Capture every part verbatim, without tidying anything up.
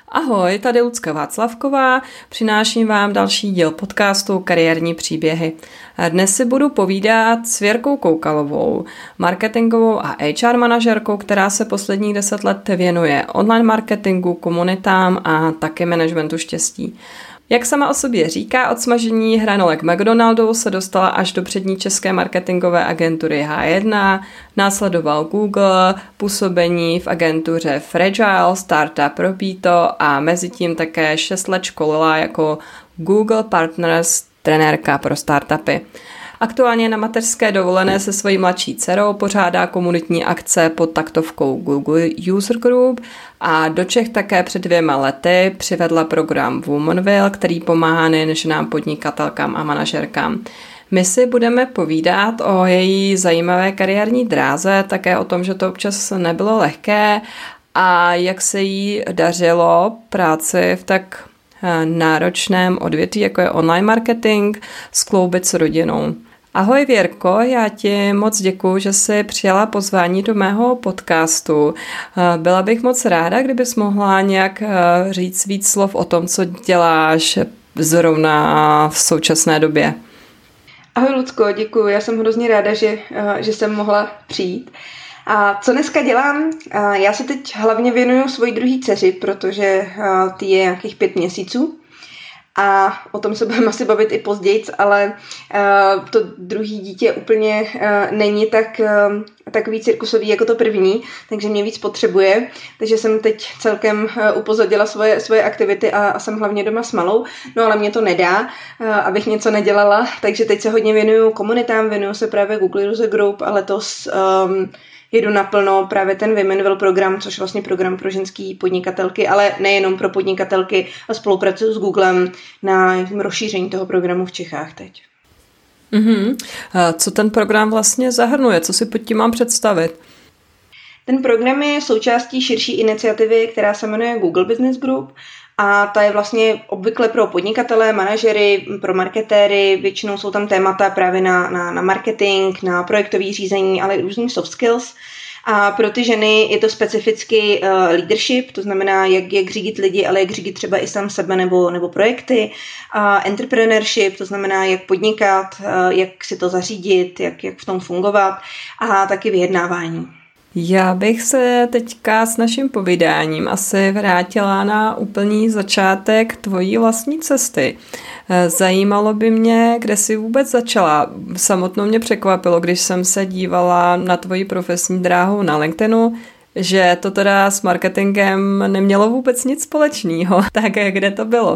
Ahoj, tady Lucka Václavková, přináším vám další díl podcastu Kariérní příběhy. Dnes si budu povídat s Věrkou Koukalovou, marketingovou a H R manažerkou, která se posledních deset let věnuje online marketingu, komunitám a také managementu štěstí. Jak sama o sobě říká, od smažení hranolek McDonaldu se dostala až do přední české marketingové agentury H jedna, následoval Google, působení v agentuře Fragile, startup Robito a mezitím také šest let školila jako Google Partners trenérka pro startupy. Aktuálně na mateřské dovolené se svojí mladší dcerou pořádá komunitní akce pod taktovkou Google User Group a do Čech také před dvěma lety přivedla program Womanville, který pomáhá nejen ženám podnikatelkám a manažerkám. My si budeme povídat o její zajímavé kariérní dráze, také o tom, že to občas nebylo lehké a jak se jí dařilo práci v tak náročném odvětví, jako je online marketing, skloubit s rodinou. Ahoj Věrko, já ti moc děkuju, že jsi přijala pozvání do mého podcastu. Byla bych moc ráda, kdybys mohla nějak říct víc slov o tom, co děláš zrovna v současné době. Ahoj Lucko, děkuju, já jsem hrozně ráda, že, že jsem mohla přijít. A co dneska dělám? Já se teď hlavně věnuju svojí druhý dceři, protože ty je nějakých pět měsíců. A o tom se budeme asi bavit i později, ale uh, to druhý dítě úplně uh, není tak, uh, takový cirkusový jako to první, takže mě víc potřebuje. Takže jsem teď celkem uh, upozadila svoje, svoje aktivity a, a jsem hlavně doma s malou. No ale mě to nedá, uh, abych něco nedělala, takže teď se hodně věnuju komunitám, věnuju se právě Google User Group a letos um, jedu naplno právě ten Womanville program, což je vlastně program pro ženský podnikatelky, ale nejenom pro podnikatelky, a spolupracuju s Googlem na rozšíření toho programu v Čechách teď. Mm-hmm. Co ten program vlastně zahrnuje? Co si pod tím mám představit? Ten program je součástí širší iniciativy, která se jmenuje Google Business Group. A ta je vlastně obvykle pro podnikatele, manažery, pro marketéry, většinou jsou tam témata právě na, na, na marketing, na projektové řízení, ale i různý soft skills. A pro ty ženy je to specificky uh, leadership, to znamená, jak, jak řídit lidi, ale jak řídit třeba i sám sebe nebo, nebo projekty. A entrepreneurship, to znamená, jak podnikat, uh, jak si to zařídit, jak, jak v tom fungovat a taky vyjednávání. Já bych se teďka s naším povídáním asi vrátila na úplný začátek tvojí vlastní cesty. Zajímalo by mě, kde jsi vůbec začala. Samotnou mě překvapilo, když jsem se dívala na tvoji profesní dráhu na LinkedInu, že to teda s marketingem nemělo vůbec nic společného. Tak kde to bylo?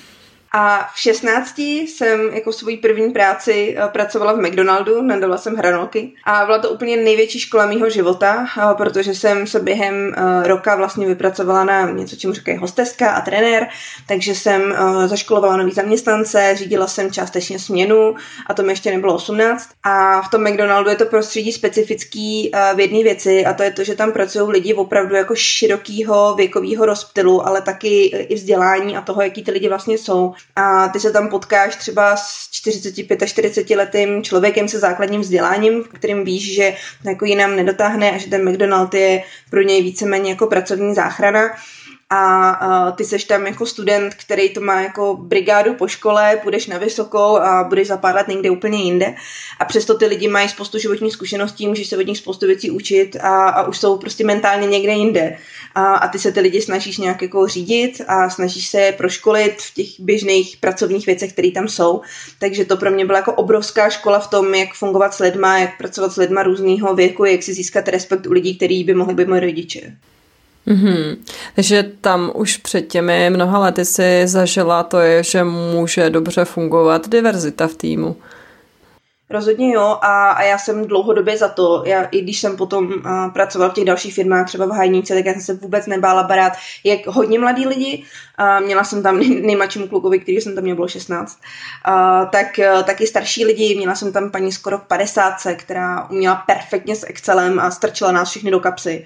A v šestnácti jsem jako svoji první práci pracovala v McDonaldu, nadala jsem hranolky a byla to úplně největší škola mýho života, protože jsem se během roka vlastně vypracovala na něco, čemu říkají hosteska a trenér, takže jsem zaškolovala nový zaměstnance, řídila jsem částečně směnu a to mi ještě nebylo osmnáct. A v tom McDonaldu je to prostředí specifický v jedné věci a to je to, že tam pracují lidi opravdu jako širokýho věkového rozptylu, ale taky i vzdělání a toho, jaký ty lidi vlastně jsou. A ty se tam potkáš třeba s čtyřicet pět až čtyřicet letým člověkem se základním vzděláním, kterým víš, že jako jinam nedotáhne a že ten McDonald je pro něj víceméně jako pracovní záchrana. A, a ty seš tam jako student, který to má jako brigádu po škole, půjdeš na vysokou a budeš za pár let někde úplně jinde. A přesto ty lidi mají spoustu životních zkušeností, můžeš se od nich spoustu věcí učit a, a už jsou prostě mentálně někde jinde. A, a ty se ty lidi snažíš nějak jako řídit a snažíš se je proškolit v těch běžných pracovních věcech, které tam jsou. Takže to pro mě byla jako obrovská škola v tom, jak fungovat s lidma, jak pracovat s lidma různýho věku, jak si získat respekt u lidí, kteří by mohli být moji rodiče. Mm-hmm. Takže tam už před těmi mnoha lety si zažila to, je, že může dobře fungovat diverzita v týmu. Rozhodně jo a, a já jsem dlouhodobě za to, já, i když jsem potom uh, pracovala v těch dalších firmách, třeba v Hajnice, tak já jsem se vůbec nebála barát, jak hodně mladí lidi, uh, měla jsem tam nej, nejmladšímu klukovi, který jsem tam měla, bylo šestnáct, uh, tak uh, taky starší lidi, měla jsem tam paní skoro v padesátce, která uměla perfektně s Excelem a strčila nás všechny do kapsy.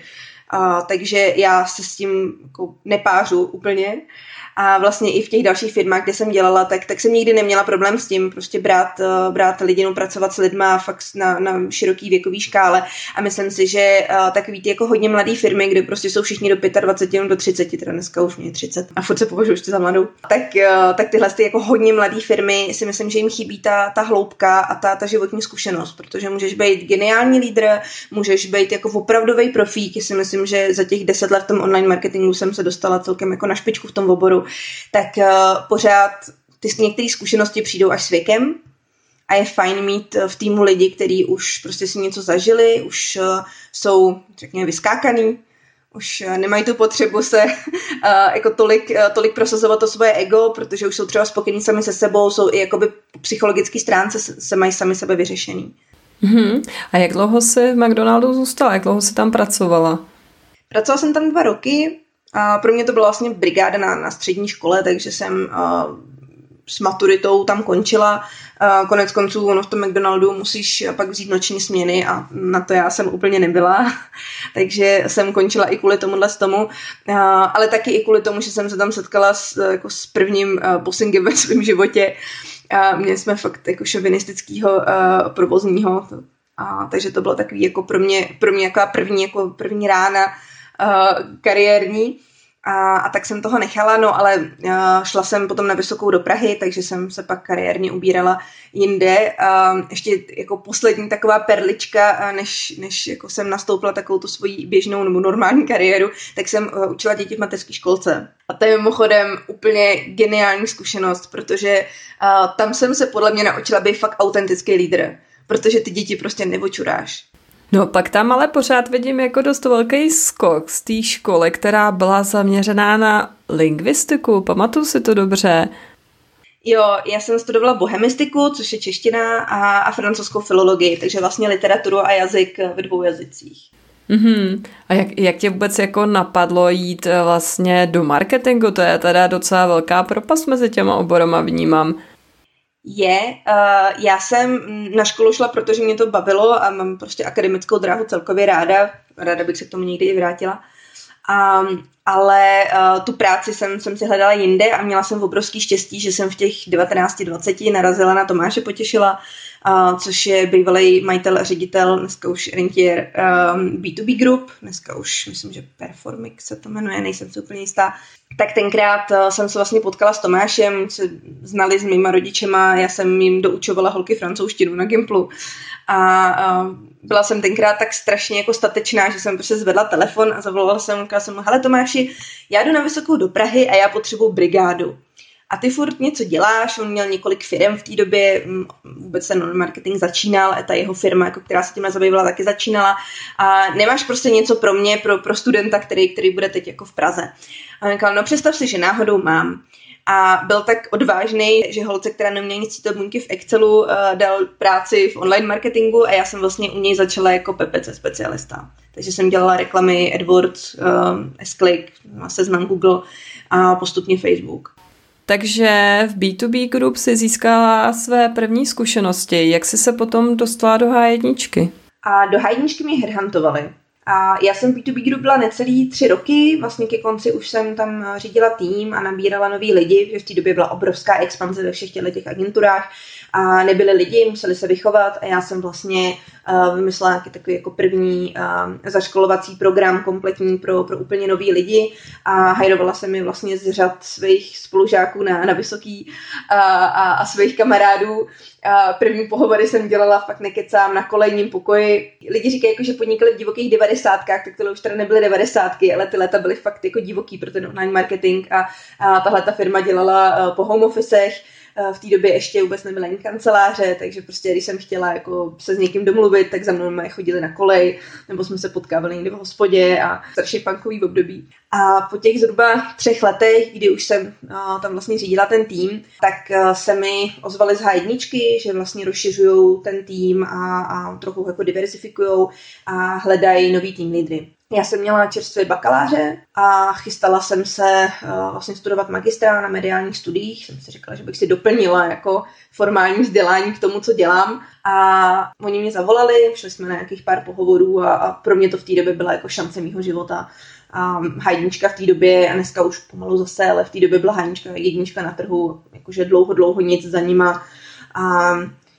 Uh, takže já se s tím jako nepářu úplně. A vlastně i v těch dalších firmách, kde jsem dělala, tak, tak jsem nikdy neměla problém s tím prostě brát, uh, brát lidi, no, pracovat s lidma fakt na, na široký věkový škále. A myslím si, že uh, takový ty jako hodně mladý firmy, kde prostě jsou všichni do dvacet pět, do třicet, teda dneska už mě je třicet a furt se považuji ještě za mladou, tak, uh, tak tyhle ty jako hodně mladý firmy si myslím, že jim chybí ta, ta hloubka a ta, ta životní zkušenost, protože můžeš být geniální lídr, můžeš být jako opravdový profík. Já si myslím, že za těch deset let v tom online marketingu jsem se dostala celkem jako na špičku v tom oboru, tak uh, pořád ty některé zkušenosti přijdou až s věkem a je fajn mít v týmu lidi, kteří už prostě si něco zažili, už uh, jsou, řekněme, vyskákaný, už uh, nemají tu potřebu se uh, jako tolik, uh, tolik prosazovat to svoje ego, protože už jsou třeba spokojení sami se sebou, jsou i jakoby po psychologické stránce se mají sami sebe vyřešený. Mm-hmm. A jak dlouho jsi v McDonaldu zůstala? Jak dlouho jsi tam pracovala? Pracovala jsem tam dva roky. A pro mě to byla vlastně brigáda na, na střední škole, takže jsem uh, s maturitou tam končila. Uh, konec konců, ono v tom McDonaldu musíš pak vzít noční směny a na to já jsem úplně nebyla. Takže jsem končila i kvůli tomuhle z tomu. Uh, ale taky i kvůli tomu, že jsem se tam setkala s, jako s prvním uh, bossingem ve svém životě. A měli jsme fakt jako šovinistického uh, provozního. A, takže to bylo takový jako pro mě, pro mě jako první, jako první rána Uh, kariérní a, a tak jsem toho nechala, no ale uh, šla jsem potom na vysokou do Prahy, takže jsem se pak kariérně ubírala jinde. Uh, ještě jako poslední taková perlička, uh, než, než jako jsem nastoupila takovou tu svoji běžnou nebo normální kariéru, tak jsem uh, učila děti v mateřské školce. A to je mimochodem úplně geniální zkušenost, protože uh, tam jsem se podle mě naučila být fakt autentický lídr, protože ty děti prostě nevočuráš. No pak tam ale pořád vidím jako dost velký skok z té školy, která byla zaměřená na lingvistiku, pamatuju si to dobře. Jo, já jsem studovala bohemistiku, což je čeština, a, a francouzskou filologii, takže vlastně literaturu a jazyk ve dvou jazycích. Mm-hmm. A jak, jak tě vůbec jako napadlo jít vlastně do marketingu? To je teda docela velká propast mezi těma oborama, vnímám. Je, uh, já jsem na školu šla, protože mě to bavilo a mám prostě akademickou dráhu celkově ráda, ráda bych se k tomu někdy i vrátila, um, ale uh, tu práci jsem, jsem si hledala jinde a měla jsem obrovský štěstí, že jsem v těch devatenáct dvacet narazila na Tomáše Potěšila, uh, což je bývalý majitel a ředitel, dneska už rentier um, bé dvě bé Group, dneska už myslím, že Performix se to jmenuje, nejsem si úplně jistá. Tak tenkrát uh, jsem se vlastně potkala s Tomášem, se znali s mýma rodičema, já jsem jim doučovala holky francouzštinu na Gimplu a uh, byla jsem tenkrát tak strašně jako statečná, že jsem prostě zvedla telefon a zavolala jsem, říkala jsem mu, hele Tomáši, já jdu na Vysokou do Prahy a já potřebuji brigádu. A ty furt něco děláš, on měl několik firem v té době, vůbec ten marketing začínal, a ta jeho firma, jako která se tímhle zabývala, taky začínala. A nemáš prostě něco pro mě, pro, pro studenta, který, který bude teď jako v Praze. A on říkal, no představ si, že náhodou mám. A byl tak odvážný, že holce, která neměla nic cítovníky v Excelu, uh, dal práci v online marketingu a já jsem vlastně u něj začala jako P P C specialista. Takže jsem dělala reklamy AdWords, uh, S-Click, Seznam Google a postupně Facebook. Takže v bé dvě bé Group si získala své první zkušenosti. Jak jsi se potom dostala do há jedna? A do há jedna mě headhuntovali. A já jsem v bé dvě bé Group byla necelý tři roky, vlastně ke konci už jsem tam řídila tým a nabírala nový lidi, že v té době byla obrovská expanze ve všech těch agenturách a nebyli lidi, museli se vychovat a já jsem vlastně uh, vymyslela nějaký takový jako první uh, zaškolovací program kompletní pro, pro úplně nový lidi a hajrovala jsem je vlastně z řad svých spolužáků na, na vysoký uh, a, a svých kamarádů. A první pohovory jsem dělala, fakt nekecám, na kolejním pokoji. Lidi říkají, jako, že podnikali v divokých devadesátkách, tak tohle už teda nebyly devadesátky, ale ty leta byly fakt jako divoký pro ten online marketing a, a tahle ta firma dělala uh, po home officech. V té době ještě vůbec nebyly ani kanceláře, takže prostě, když jsem chtěla jako se s někým domluvit, tak za mnou chodili na kolej, nebo jsme se potkávali někde v hospodě a strašně punkový období. A po těch zhruba třech letech, kdy už jsem uh, tam vlastně řídila ten tým, tak uh, se mi ozvali z há jedna, že vlastně rozšiřujou ten tým a, a trochu jako diverzifikujou a hledají nový tým lídry. Já jsem měla čerstvě bakaláře a chystala jsem se uh, vlastně studovat magistra na mediálních studiích. Jsem si říkala, že bych si doplnila jako formální vzdělání k tomu, co dělám. A oni mě zavolali, šli jsme na nějakých pár pohovorů a, a pro mě to v té době byla jako šance mýho života. A Hajnička v té době, a dneska už pomalu zase, ale v té době byla Hajnička jednička na trhu, jakože dlouho, dlouho nic za nima. A,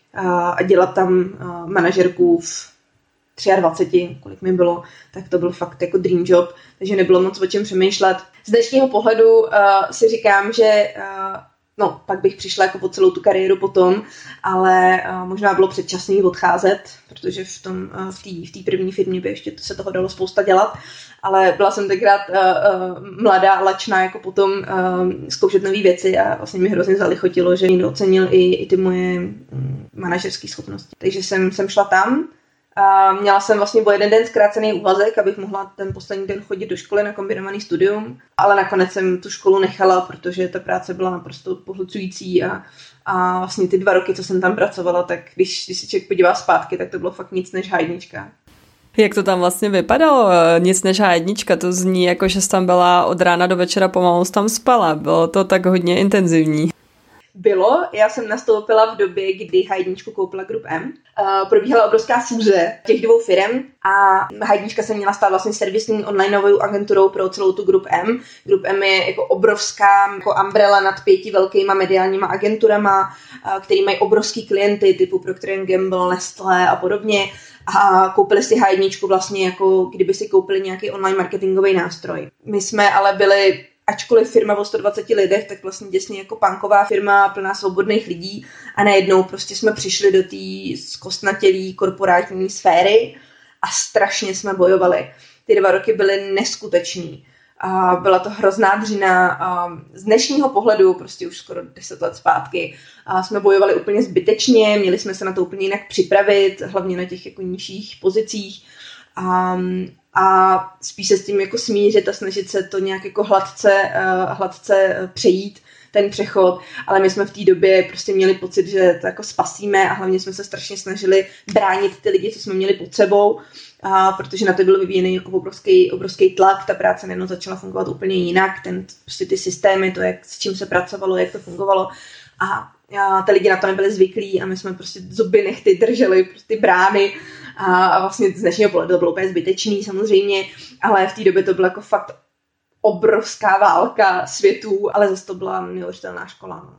a, a dělat tam a, manažerku v dvacet tři, kolik mi bylo, tak to byl fakt jako dream job, takže nebylo moc o čem přemýšlet. Z dnešního pohledu uh, si říkám, že uh, no, pak bych přišla jako po celou tu kariéru potom, ale uh, možná bylo předčasný odcházet, protože v tom uh, v té v té první firmě by ještě se toho dalo spousta dělat, ale byla jsem tenkrát uh, uh, mladá, lačná, jako potom uh, zkoušet nové věci a vlastně mi hrozně zalichotilo, že někdo ocenil i, i ty moje um, manažerské schopnosti. Takže jsem, jsem šla tam. A měla jsem vlastně o jeden den zkrácený úvazek, abych mohla ten poslední den chodit do školy na kombinovaný studium, ale nakonec jsem tu školu nechala, protože ta práce byla naprosto pohlcující a, a vlastně ty dva roky, co jsem tam pracovala, tak když, když se člověk podívá zpátky, tak to bylo fakt nic než Hajnička. Jak to tam vlastně vypadalo? Nic než jednička, to zní jako, že jsi tam byla od rána do večera, pomalu jsi tam spala. Bylo to tak hodně intenzivní. Bylo, já jsem nastoupila v době, kdy Hajničku koupila Group M. Uh, probíhala obrovská fúze těch dvou firem a Hajnička se měla stát vlastně servisní onlineovou agenturou pro celou tu Group M. Group M je jako obrovská jako umbrella nad pěti velkýma mediálníma agenturama, uh, který mají obrovský klienty typu Procter and Gamble, Nestlé a podobně. A koupili si Hajničku vlastně jako kdyby si koupili nějaký online marketingový nástroj. My jsme ale byli, ačkoliv firma o sto dvaceti lidech, tak vlastně děsně jako punková firma plná svobodných lidí a najednou prostě jsme přišli do té zkostnatělé korporátní sféry a strašně jsme bojovali. Ty dva roky byly neskutečný. A byla to hrozná dřina. A z dnešního pohledu, prostě už skoro deset let zpátky, a jsme bojovali úplně zbytečně, měli jsme se na to úplně jinak připravit, hlavně na těch jako nižších pozicích. A, a spíš se s tím jako smířit a snažit se to nějak jako hladce, uh, hladce přejít, ten přechod, ale my jsme v té době prostě měli pocit, že to jako spasíme a hlavně jsme se strašně snažili bránit ty lidi, co jsme měli pod sebou, a protože na to byl vyvíjený jako obrovský, obrovský tlak, ta práce najednou začala fungovat úplně jinak, ten, prostě ty systémy, to, jak, s čím se pracovalo, jak to fungovalo a a ty lidi na to nebyli zvyklí a my jsme prostě zuby nechty drželi prostě brány a, a vlastně z dnešního pohledu to bylo úplně zbytečný samozřejmě, ale v té době to byla jako fakt obrovská válka světů, ale zase to byla neuvěřitelná škola.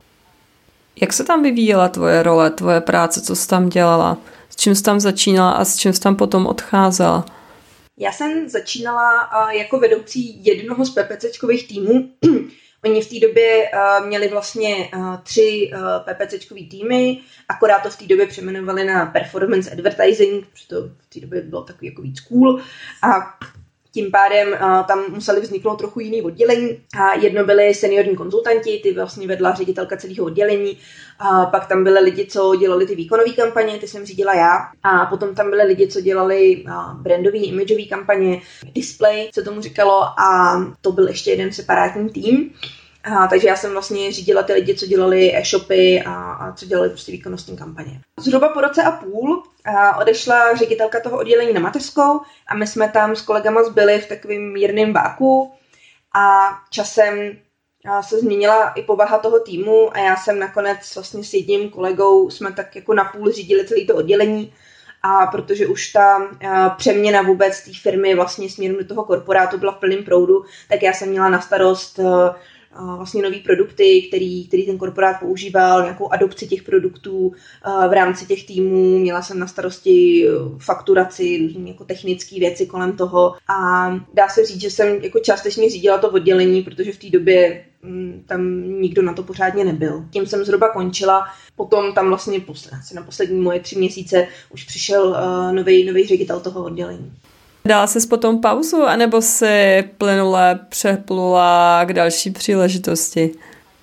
Jak se tam vyvíjela tvoje role, tvoje práce, co jsi tam dělala? S čím jsi tam začínala a s čím jsi tam potom odcházela? Já jsem začínala jako vedoucí jednoho z PPCčkových týmů. Oni v té době uh, měli vlastně uh, tři uh, PPCčkový týmy, akorát to v té době přejmenovali na Performance Advertising, protože to v té době bylo takový jako víc cool a tím pádem uh, tam museli vzniknout trochu jiný oddělení a jedno byli seniorní konzultanti, ty vlastně vedla ředitelka celého oddělení, a pak tam byly lidi, co dělali ty výkonové kampaně, ty jsem řídila já a potom tam byly lidi, co dělali uh, brandové, imageové kampaně, display se tomu říkalo a to byl ještě jeden separátní tým. A, takže já jsem vlastně řídila ty lidi, co dělali e-shopy a, a co dělali prostě výkonnostní kampaně. Zhruba po roce a půl a odešla ředitelka toho oddělení na mateřskou a my jsme tam s kolegama zbyli v takovém mírném váku a časem a se změnila i povaha toho týmu a já jsem nakonec vlastně s jedním kolegou jsme tak jako napůl řídili celé to oddělení a protože už ta přeměna vůbec té firmy vlastně směrem do toho korporátu byla v plném proudu, tak já jsem měla na starost vlastně nový produkty, který, který ten korporát používal, nějakou adopci těch produktů v rámci těch týmů, měla jsem na starosti fakturaci, různý jako technické věci kolem toho a dá se říct, že jsem jako částečně řídila to oddělení, protože v té době tam nikdo na to pořádně nebyl. Tím jsem zhruba končila, potom tam vlastně asi na poslední moje tři měsíce už přišel uh, nový nový ředitel toho oddělení. Dala jsi potom pauzu, anebo jsi plynule přeplula k další příležitosti?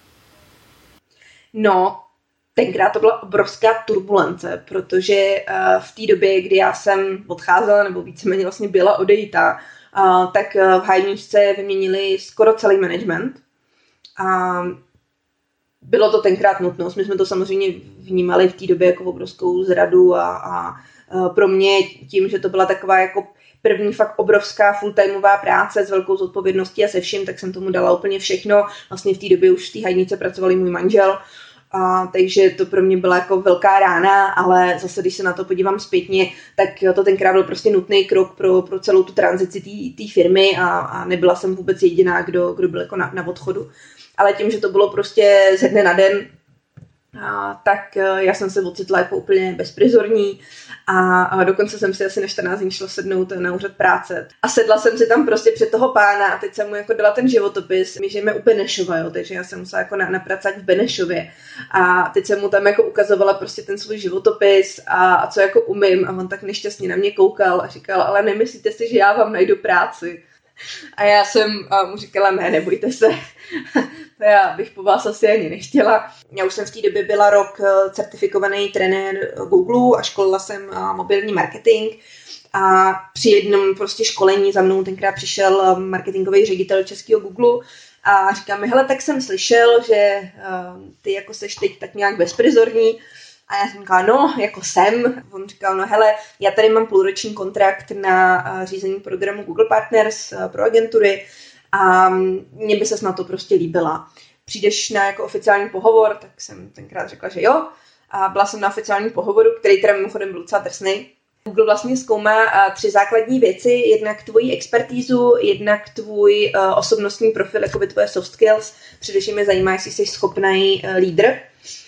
No, tenkrát to byla obrovská turbulence, protože uh, v té době, kdy já jsem odcházela, nebo víceméně vlastně byla odejita, uh, tak uh, v Hajničce vyměnili skoro celý management. A bylo to tenkrát nutnost. My jsme to samozřejmě vnímali v té době jako obrovskou zradu a, a pro mě tím, že to byla taková jako první fakt obrovská full-timeová práce s velkou zodpovědností a se vším, tak jsem tomu dala úplně všechno. Vlastně v té době už v té hajnice pracoval i můj manžel, a, takže to pro mě byla jako velká rána, ale zase, když se na to podívám zpětně, tak to tenkrát byl prostě nutný krok pro, pro celou tu tranzici té firmy a, a nebyla jsem vůbec jediná, kdo, kdo byl jako na, na odchodu. Ale tím, že to bylo prostě ze dne na den, a, tak já jsem se ocitla jako úplně bezprizorní a, a dokonce jsem si asi na čtrnáct dní šla sednout na úřad práce. A sedla jsem si tam prostě před toho pána a teď jsem mu jako dala ten životopis. My žijeme u Benešova, jo, takže já jsem musela jako na, na pracák v Benešově. A teď jsem mu tam jako ukazovala prostě ten svůj životopis a, a co jako umím. A on tak nešťastně na mě koukal a říkal, ale nemyslíte si, že já vám najdu práci? A já jsem a mu říkala, ne, nebojte se, to já bych po vás asi ani nechtěla. Já už jsem v té době byla rok certifikovaný trenér Google a školila jsem mobilní marketing a při jednom prostě školení za mnou tenkrát přišel marketingový ředitel českého Google a říká mi, hele, tak jsem slyšel, že ty jako seš teď tak nějak bezprizorní. A já jsem říkala, no, jako jsem. On říkal, no hele, já tady mám půlroční kontrakt na řízení programu Google Partners pro agentury a mně by ses na to prostě líbila. Přijdeš na jako oficiální pohovor, tak jsem tenkrát řekla, že jo. A byla jsem na oficiálním pohovoru, který teda mimochodem byl docela drsnej. Google vlastně zkoumá tři základní věci, jednak tvoji expertízu, jednak tvůj osobnostní profil, jako by tvoje soft skills. Především je zajímá, jestli jsi schopný lídr.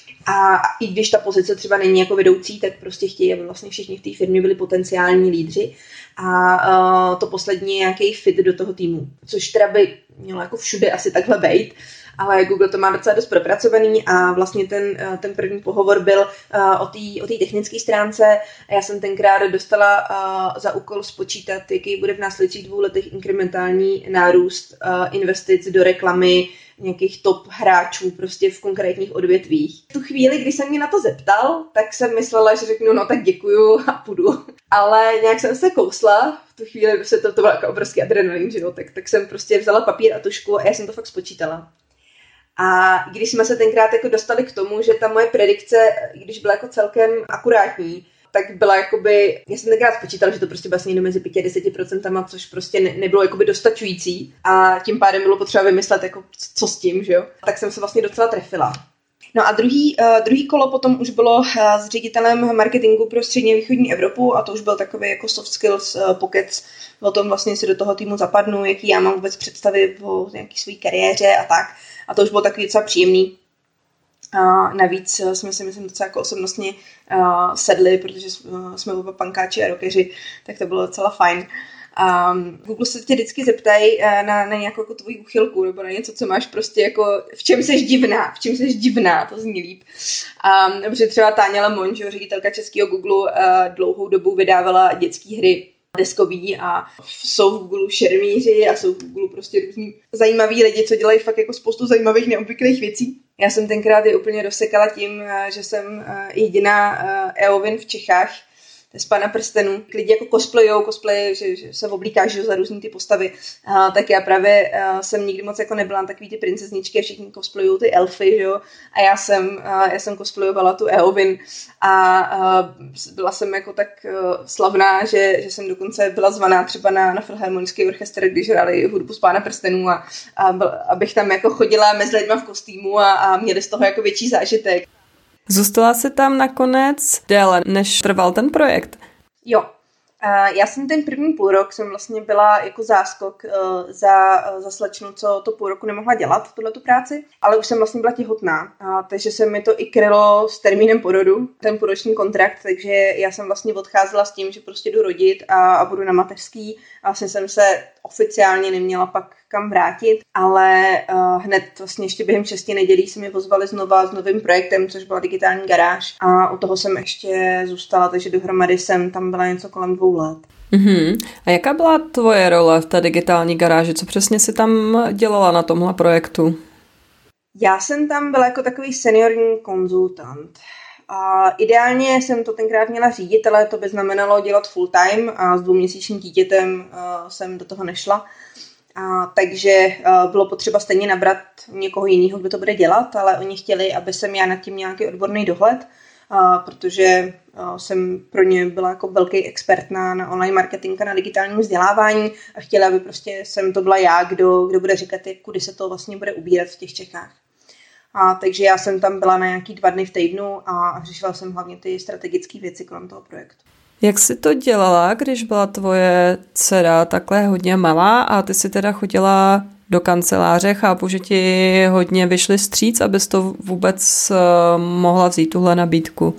A i když ta pozice třeba není jako vedoucí, tak prostě chtějí, aby vlastně všichni v té firmě byli potenciální lídři. A uh, to poslední je nějaký fit do toho týmu, což teda by mělo jako všude asi takhle být. Ale Google to má docela dost propracovaný a vlastně ten, ten první pohovor byl uh, o té o té technické stránce. A já jsem tenkrát dostala uh, za úkol spočítat, jaký bude v následujících dvou letech inkrementální nárůst uh, investic do reklamy nějakých top hráčů prostě v konkrétních odvětvích. V tu chvíli, když se mě na to zeptal, tak jsem myslela, že řeknu, no tak děkuju a půjdu. Ale nějak jsem se kousla, v tu chvíli se to, to byl jako obrovský adrenalin, že jo, tak, tak jsem prostě vzala papír a tušku a já jsem to fakt spočítala. A když jsme se tenkrát jako dostali k tomu, že ta moje predikce, když byla jako celkem akurátní, tak byla jakoby, já jsem tenkrát spočítala, že to prostě vlastně někdo mezi pět a deset procentama, což prostě ne, nebylo jakoby dostačující a tím pádem bylo potřeba vymyslet, jako co s tím, že jo. Tak jsem se vlastně docela trefila. No a druhý, uh, druhý kolo potom už bylo uh, s ředitelem marketingu pro střední a východní Evropu a to už byl takový jako soft skills uh, pokec o tom vlastně si do toho týmu zapadnu, jaký já mám vůbec představy o nějaký své kariéře a tak. A to už bylo takový docela příjemný. A navíc jsme si myslím docela jako osobnostně uh, sedli, protože uh, jsme oba pankáči a rockeři, tak to bylo docela fajn. Um, Google se tě vždycky zeptají uh, na, na nějakou jako tvoji úchylku nebo na něco, co máš prostě jako, v čem seš divná, v čem seš divná, to zní líp. Um, protože třeba Táňa Lamon, že ředitelka českého Google, uh, dlouhou dobu vydávala dětské hry deskový a jsou v Google šermíři a jsou v Google prostě různý zajímaví lidi, co dělají fakt jako spoustu zajímavých neobvyklých věcí. Já jsem tenkrát je úplně rozsekala tím, že jsem jediná Eowyn v Čechách, to je z Pána prstenů. Lidi jako cosplayujou, cosplay, že, že se oblíkáš za různý ty postavy, uh, tak já právě uh, jsem nikdy moc jako nebyla takový ty princezničky a všichni cosplayujou ty elfy, že jo, a já jsem, uh, já jsem cosplayovala tu Eowyn a uh, byla jsem jako tak uh, slavná, že, že jsem dokonce byla zvaná třeba na, na filharmonický orchestr, když hráli hudbu z Pána prstenů a, a byl, abych tam jako chodila mezi lidma v kostýmu a, a měli z toho jako větší zážitek. Zůstala jsi tam nakonec déle, než trval ten projekt? Jo. Já jsem ten první půl rok jsem vlastně byla jako záskok za, za slečnu, co to půl roku nemohla dělat, tuhletu práci, ale už jsem vlastně byla těhotná, takže se mi to i krylo s termínem porodu, ten půlroční kontrakt, takže já jsem vlastně odcházela s tím, že prostě jdu rodit a, a budu na mateřský a vlastně jsem se oficiálně neměla pak kam vrátit, ale uh, hned vlastně ještě během šesti nedělí se mi pozvali znova s novým projektem, což byla digitální garáž a u toho jsem ještě zůstala, takže dohromady jsem tam byla něco kolem dvou let. Uhum. A jaká byla tvoje role v té digitální garáži? Co přesně jsi tam dělala na tomhle projektu? Já jsem tam byla jako takový seniorní konzultant. A ideálně jsem to tenkrát měla řídit, ale to by znamenalo dělat full time a s dvouměsíčním dítětem uh, jsem do toho nešla. A, takže uh, bylo potřeba stejně nabrat někoho jiného, kdo to bude dělat, ale oni chtěli, aby jsem já nad tím nějaký odborný dohled. protože jsem pro ně byla jako velký expert na, na online marketing a na digitální vzdělávání a chtěla, aby prostě jsem to byla já, kdo, kdo bude říkat, kudy se to vlastně bude ubírat v těch Čechách. A takže já jsem tam byla na nějaký dva dny v týdnu a řešila jsem hlavně ty strategické věci kolem toho projektu. Jak jsi to dělala, když byla tvoje dcera takhle hodně malá a ty si teda chodila do kanceláře? Chápu, že ti hodně vyšli vstříc, abys to vůbec mohla vzít, tuhle nabídku.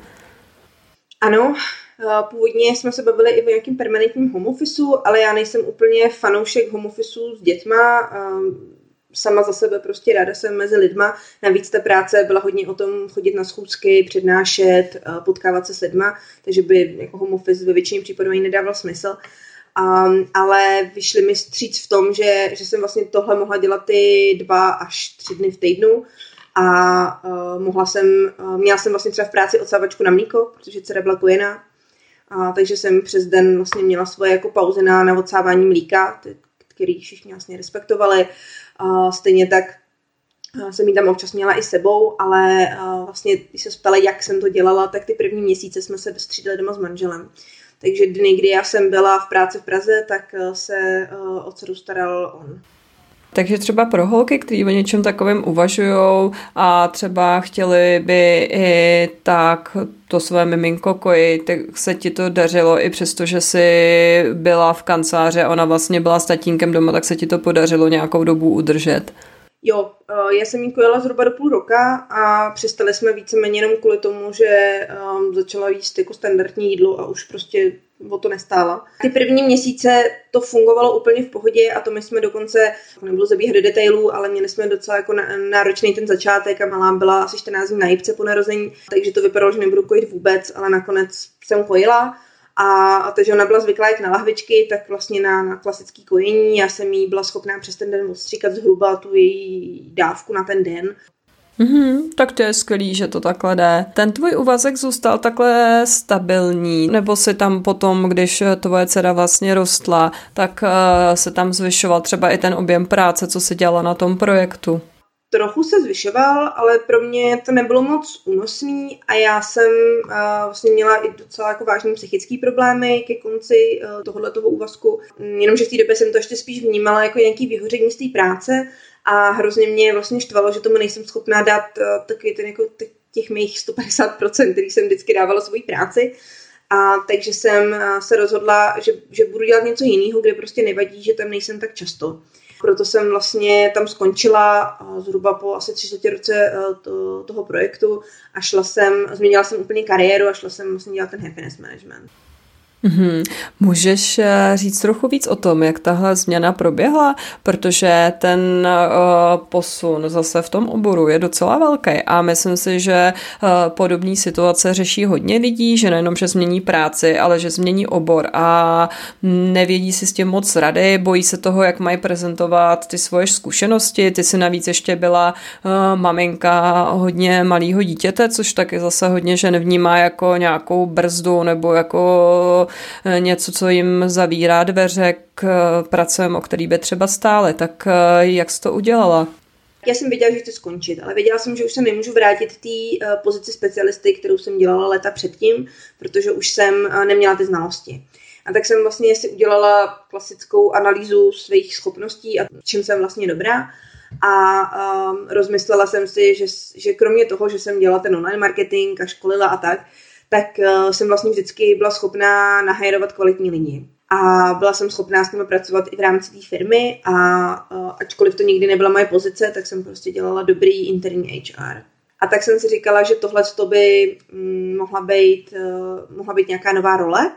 Ano, původně jsme se bavili i o nějakým permanentním home officeu, ale já nejsem úplně fanoušek home officeu s dětma. Sama za sebe prostě ráda jsem mezi lidma. Navíc ta práce byla hodně o tom chodit na schůzky, přednášet, potkávat se s lidma, takže by jako home office ve většině případů ani nedával smysl. Um, ale vyšli mi vstříc v tom, že, že jsem vlastně tohle mohla dělat ty dva až tři dny v týdnu a uh, mohla jsem, uh, měla jsem vlastně třeba v práci odsávačku na mlíko, protože dcera byla kojená, a takže jsem přes den vlastně měla svoje jako pauzy na, na odsávání mlíka, ty, který všichni vlastně respektovali. Uh, stejně tak uh, jsem ji tam občas měla i sebou, ale uh, vlastně, když se ptala, jak jsem to dělala, tak ty první měsíce jsme se střídali doma s manželem. Takže dny, kdy já jsem byla v práci v Praze, tak se uh, o dceru staral on. Takže třeba pro holky, kteří o něčem takovém uvažujou a třeba chtěli by i tak to své miminko kojit, tak se ti to dařilo i přesto, že jsi byla v kanceláři a ona vlastně byla s tatínkem doma, tak se ti to podařilo nějakou dobu udržet? Jo, já jsem jí kojila zhruba do půl roka a přestali jsme víceméně jenom kvůli tomu, že um, začala jíst jako standardní jídlo a už prostě o to nestála. Ty první měsíce to fungovalo úplně v pohodě a to my jsme dokonce, nebudu zabíhat do detailů, ale měli jsme docela jako náročný ten začátek a malá byla asi čtrnáct dní na jipce po narození, takže to vypadalo, že nebudu kojit vůbec, ale nakonec jsem kojila. A, a takže ona byla zvyklá jak na lahvičky, tak vlastně na, na klasické kojení. Já jsem jí byla schopná přes ten den odstříkat zhruba tu její dávku na ten den. Mm-hmm, tak to je skvělý, že to takhle jde. Ten tvůj úvazek zůstal takhle stabilní, nebo si tam potom, když tvoje dcera vlastně rostla, tak uh, se tam zvyšoval třeba i ten objem práce, co jsi dělala na tom projektu? Trochu se zvyšoval, ale pro mě to nebylo moc únosný a já jsem uh, vlastně měla i docela jako vážný psychický problémy ke konci uh, tohoto úvazku. Jenomže v té době jsem to ještě spíš vnímala jako nějaký vyhoření z té práce a hrozně mě vlastně štvalo, že tomu nejsem schopná dát uh, takový ten jako těch mých sto padesát procent, který jsem vždycky dávala svojí práci. A takže jsem uh, se rozhodla, že, že budu dělat něco jiného, kde prostě nevadí, že tam nejsem tak často. Proto jsem vlastně tam skončila zhruba po asi třiceti roce to, toho projektu a šla jsem, změnila jsem úplně kariéru a šla jsem vlastně dělat ten happiness management. Mm-hmm. Můžeš říct trochu víc o tom, jak tahle změna proběhla, protože ten uh, posun zase v tom oboru je docela velký a myslím si, že uh, podobné situace řeší hodně lidí, že nejenom, že změní práci, ale že změní obor a nevědí si s tím moc rady, bojí se toho, jak mají prezentovat ty svoje zkušenosti. Ty jsi navíc ještě byla uh, maminka hodně malého dítěte, což taky zase hodně žen vnímá jako nějakou brzdu nebo jako něco, co jim zavírá dveře k pracem, o který by třeba stále. Tak jak jsi to udělala? Já jsem věděla, že chci skončit, ale věděla jsem, že už se nemůžu vrátit té pozici specialisty, kterou jsem dělala léta předtím, protože už jsem neměla ty znalosti. A tak jsem vlastně si udělala klasickou analýzu svých schopností a čím jsem vlastně dobrá. A um, rozmyslela jsem si, že, že kromě toho, že jsem dělala ten online marketing a školila a tak, tak uh, jsem vlastně vždycky byla schopná nahajrovat kvalitní lidi. A byla jsem schopná s nimi pracovat i v rámci té firmy a uh, ačkoliv to nikdy nebyla moje pozice, tak jsem prostě dělala dobrý interní H R. A tak jsem si říkala, že tohle by mm, mohla být, uh, mohla být nějaká nová role.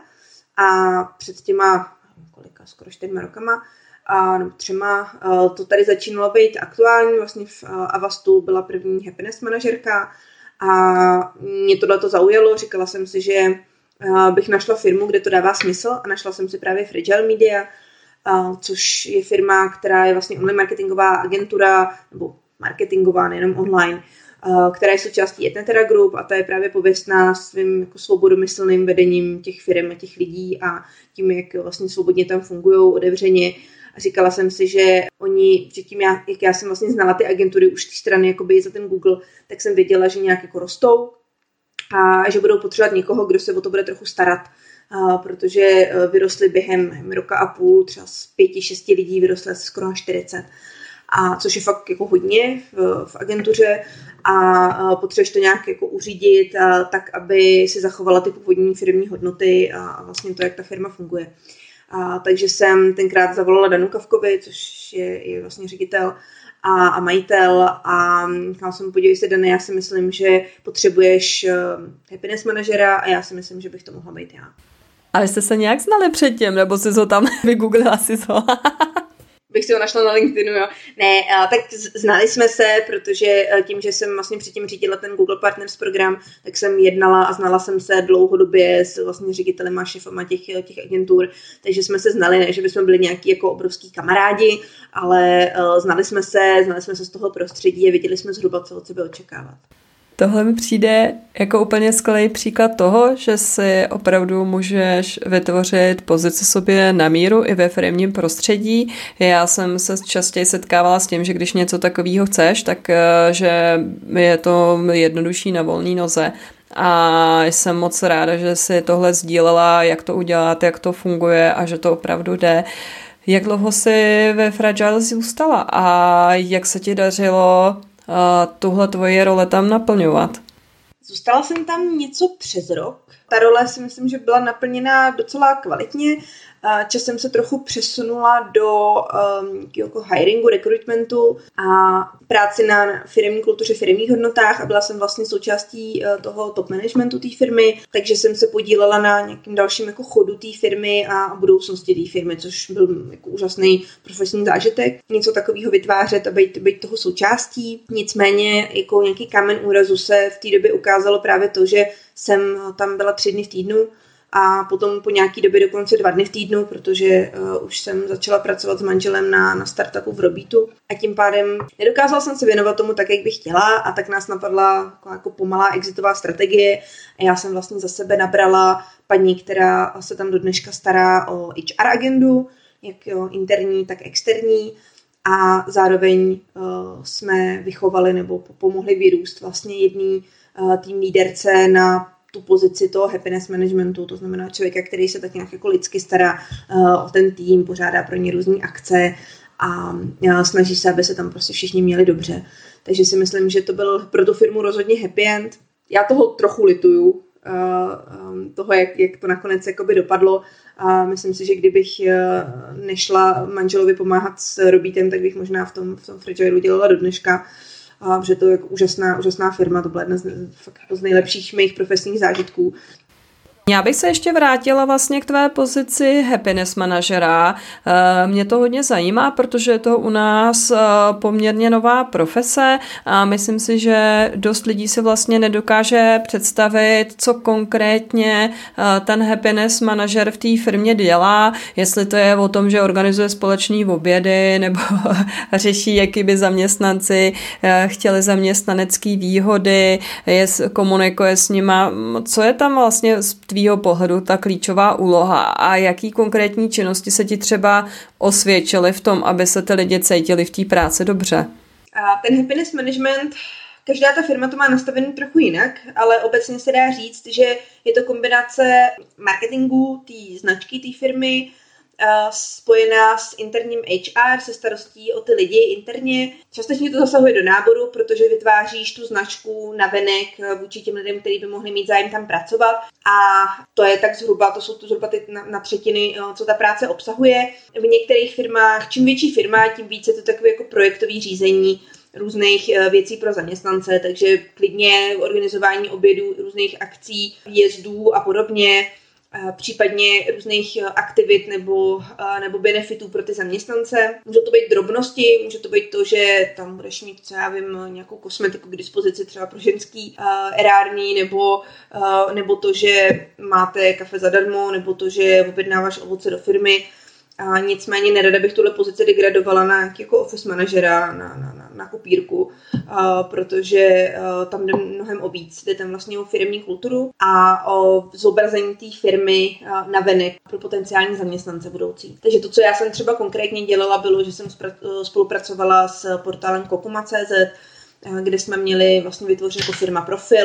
A před těma, kolika, skoro čtyřma rokama, a nebo třema, uh, to tady začínalo být aktuální. Vlastně v uh, Avastu byla první happiness manažerka. A mě tohle to zaujalo, říkala jsem si, že bych našla firmu, kde to dává smysl a našla jsem si právě Fragile Media, což je firma, která je vlastně online marketingová agentura, nebo marketingová, nejenom online, která je součástí Etnetera Group a ta je právě pověstná svým jako svobodomyslným vedením těch firm a těch lidí a tím, jak vlastně svobodně tam fungují, otevřeně. A říkala jsem si, že oni, že tím, já, jak já jsem vlastně znala ty agentury už ty strany jakoby za ten Google, tak jsem věděla, že nějak jako rostou a že budou potřebovat někoho, kdo se o to bude trochu starat, a protože vyrostly během roka a půl, třeba z pěti, šesti lidí vyrostly skoro na čtyřicet. A což je fakt jako hodně v, v agentuře a potřebuješ to nějak jako uřídit a, tak, aby si zachovala ty původní firmní hodnoty a, a vlastně to, jak ta firma funguje. A, takže jsem tenkrát zavolala Danu Kavkovi, což je, je vlastně ředitel a, a majitel a říkala jsem, podívej se, Dany, já si myslím, že potřebuješ uh, happiness manažera a já si myslím, že bych to mohla být já. Ale jste se nějak znali předtím, nebo jsi ho tam vygooglila si to? Bych si ho našla na LinkedInu, jo. Ne, tak znali jsme se, protože tím, že jsem vlastně předtím řídila ten Google Partners program, tak jsem jednala a znala jsem se dlouhodobě s vlastně ředitelem a šefama těch, těch agentur, takže jsme se znali, ne, že bychom byli nějaký jako obrovský kamarádi, ale znali jsme se, znali jsme se z toho prostředí a věděli jsme zhruba, co od sebe očekávat. Tohle mi přijde jako úplně skvělý příklad toho, že si opravdu můžeš vytvořit pozici sobě na míru i ve firemním prostředí. Já jsem se častěji setkávala s tím, že když něco takového chceš, tak že je to jednodušší na volné noze. A jsem moc ráda, že si tohle sdílela, jak to udělat, jak to funguje a že to opravdu jde. Jak dlouho jsi ve Fragile zůstala a jak se ti dařilo a tuhle tvoje role tam naplňovat? Zůstala jsem tam něco přes rok. Ta role si myslím, že byla naplněna docela kvalitně. Časem se trochu přesunula do um, jako hiringu, recruitmentu a práci na firemní kultuře, firemních hodnotách a byla jsem vlastně součástí uh, toho top managementu té firmy, takže jsem se podílela na nějakým dalším jako chodu té firmy a budoucnosti té firmy, což byl jako úžasný profesní zážitek. Něco takového vytvářet a být, být toho součástí. Nicméně jako nějaký kámen úrazu se v té době ukázalo právě to, že jsem tam byla tři dny v týdnu a potom po nějaký době dokonce dva dny v týdnu, protože uh, už jsem začala pracovat s manželem na, na startupu v Robitu a tím pádem nedokázala jsem se věnovat tomu tak, jak bych chtěla a tak nás napadla jako, jako pomalá exitová strategie a já jsem vlastně za sebe nabrala paní, která se tam do dneška stará o H R agendu, jak jo, interní, tak externí a zároveň uh, jsme vychovali nebo pomohli vyrůst vlastně jedný uh, tým líderce na tu pozici toho happiness managementu, to znamená člověka, který se tak nějak jako lidsky stará uh, o ten tým, pořádá pro ně různé akce a uh, snaží se, aby se tam prostě všichni měli dobře. Takže si myslím, že to byl pro tu firmu rozhodně happy end. Já toho trochu lituju, uh, um, toho, jak, jak to nakonec jakoby dopadlo. A myslím si, že kdybych uh, nešla manželovi pomáhat s Robitem, tak bych možná v tom, v tom Fragile dělala do dneška. A že to je jako úžasná, úžasná firma, to byla jedna z, fakt z nejlepších mých profesních zážitků. Já bych se ještě vrátila vlastně k tvé pozici happiness manažera. Mě to hodně zajímá, protože je to u nás poměrně nová profese a myslím si, že dost lidí si vlastně nedokáže představit, co konkrétně ten happiness manažer v té firmě dělá, jestli to je o tom, že organizuje společné obědy nebo řeší, jaký by zaměstnanci chtěli zaměstnanecké výhody, komunikuje s nima, co je tam vlastně tvýho pohledu ta klíčová úloha a jaký konkrétní činnosti se ti třeba osvědčily v tom, aby se ty lidi cítili v té práci dobře? A ten happiness management, každá ta firma to má nastavený trochu jinak, ale obecně se dá říct, že je to kombinace marketingu, té značky té firmy, spojená s interním H R, se starostí o ty lidi interně. Částečně to zasahuje do náboru, protože vytváříš tu značku navenek vůči těm lidem, kteří by mohli mít zájem tam pracovat. A to je tak zhruba, to jsou to zhruba ty na, na třetiny, co ta práce obsahuje. V některých firmách, čím větší firma, tím více to takové jako projektové řízení různých věcí pro zaměstnance, takže klidně organizování obědů, různých akcí, výjezdů a podobně, případně různých aktivit nebo, nebo benefitů pro ty zaměstnance. Může to být drobnosti, může to být to, že tam budeš mít, co já vím, nějakou kosmetiku k dispozici třeba pro ženský uh, erární, nebo, uh, nebo to, že máte kafe zadarmo, nebo to, že objednáváš ovoce do firmy. A nicméně nerada bych tuhle pozici degradovala na nějaký jako office manažera, na, na, na, na kopírku, a, protože a, tam jde mnohem o víc. Jde tam vlastně o firemní kulturu a o zobrazení té firmy a, navenek pro potenciální zaměstnance budoucí. Takže to, co já jsem třeba konkrétně dělala, bylo, že jsem spra- spolupracovala s portálem kokuma tečka cé zet, kde jsme měli vlastně vytvořit jako firma profil,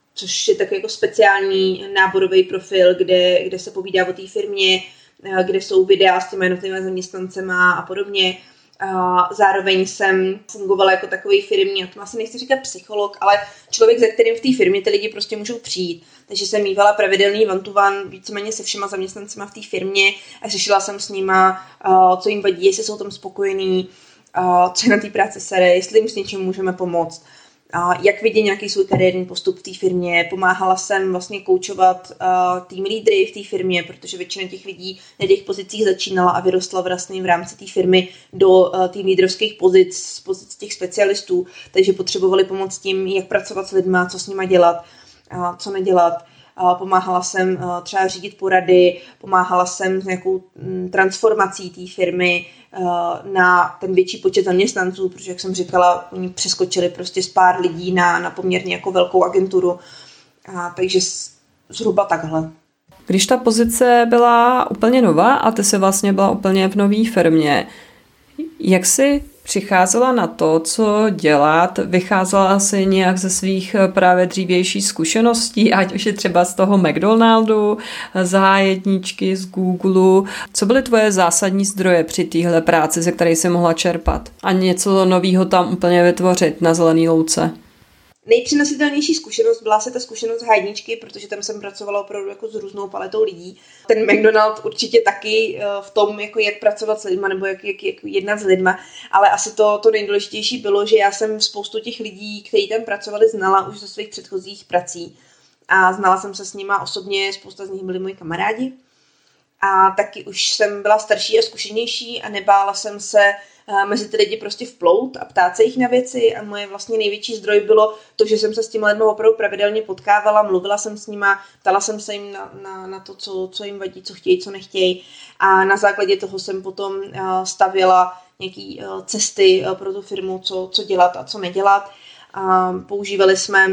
což je takový jako speciální náborový profil, kde, kde se povídá o té firmě, kde jsou videa s těmi jednotlivými zaměstnancema a podobně. Zároveň jsem fungovala jako takový firmní, a to asi nechci říkat psycholog, ale člověk, za kterým v té firmě ty lidi prostě můžou přijít. Takže jsem mývala pravidelný one-to-one víceméně se všema zaměstnancema v té firmě a řešila jsem s nima, co jim vadí, jestli jsou tam spokojení, co je na té práci sere, jestli jim s něčím můžeme pomoct. Jak vidí nějaký svůj kariérní postup v té firmě. Pomáhala jsem vlastně koučovat uh, tým lídry v té firmě, protože většina těch lidí na těch pozicích začínala a vyrostla vlastně v rámci té firmy do uh, tým lídrovských pozic, z pozic těch specialistů, takže potřebovali pomoct tím, jak pracovat s lidma, co s nima dělat, uh, co nedělat. Uh, pomáhala jsem uh, třeba řídit porady, pomáhala jsem s nějakou um, transformací té firmy na ten větší počet zaměstnanců, protože, jak jsem říkala, oni přeskočili prostě z pár lidí na, na poměrně jako velkou agenturu. A, takže zhruba takhle. Když ta pozice byla úplně nová a ty jsi vlastně byla úplně v nový firmě, jak jsi přicházela na to, co dělat? Vycházela jsi nějak ze svých právě dřívějších zkušeností, ať už je třeba z toho McDonaldu, z há jedna, z Google. Co byly tvoje zásadní zdroje při téhle práci, ze které jsi mohla čerpat? A něco nového tam úplně vytvořit na zelený louce? Nejpřenositelnější zkušenost byla se ta zkušenost há jedna, protože tam jsem pracovala opravdu jako s různou paletou lidí. Ten McDonald určitě taky v tom, jako jak pracovat s lidma nebo jak, jak, jak jednat s lidma, ale asi to, to nejdůležitější bylo, že já jsem spoustu těch lidí, kteří tam pracovali, znala už ze svých předchozích prací a znala jsem se s nima osobně, spousta z nich byli moji kamarádi a taky už jsem byla starší a zkušenější a nebála jsem se mezi ty lidi prostě vplout a ptát se jich na věci a moje vlastně největší zdroj bylo to, že jsem se s těmi lidmi opravdu pravidelně potkávala, mluvila jsem s nima, ptala jsem se jim na, na, na to, co, co jim vadí, co chtějí, co nechtějí a na základě toho jsem potom stavěla nějaké cesty pro tu firmu, co, co dělat a co nedělat. Používali jsme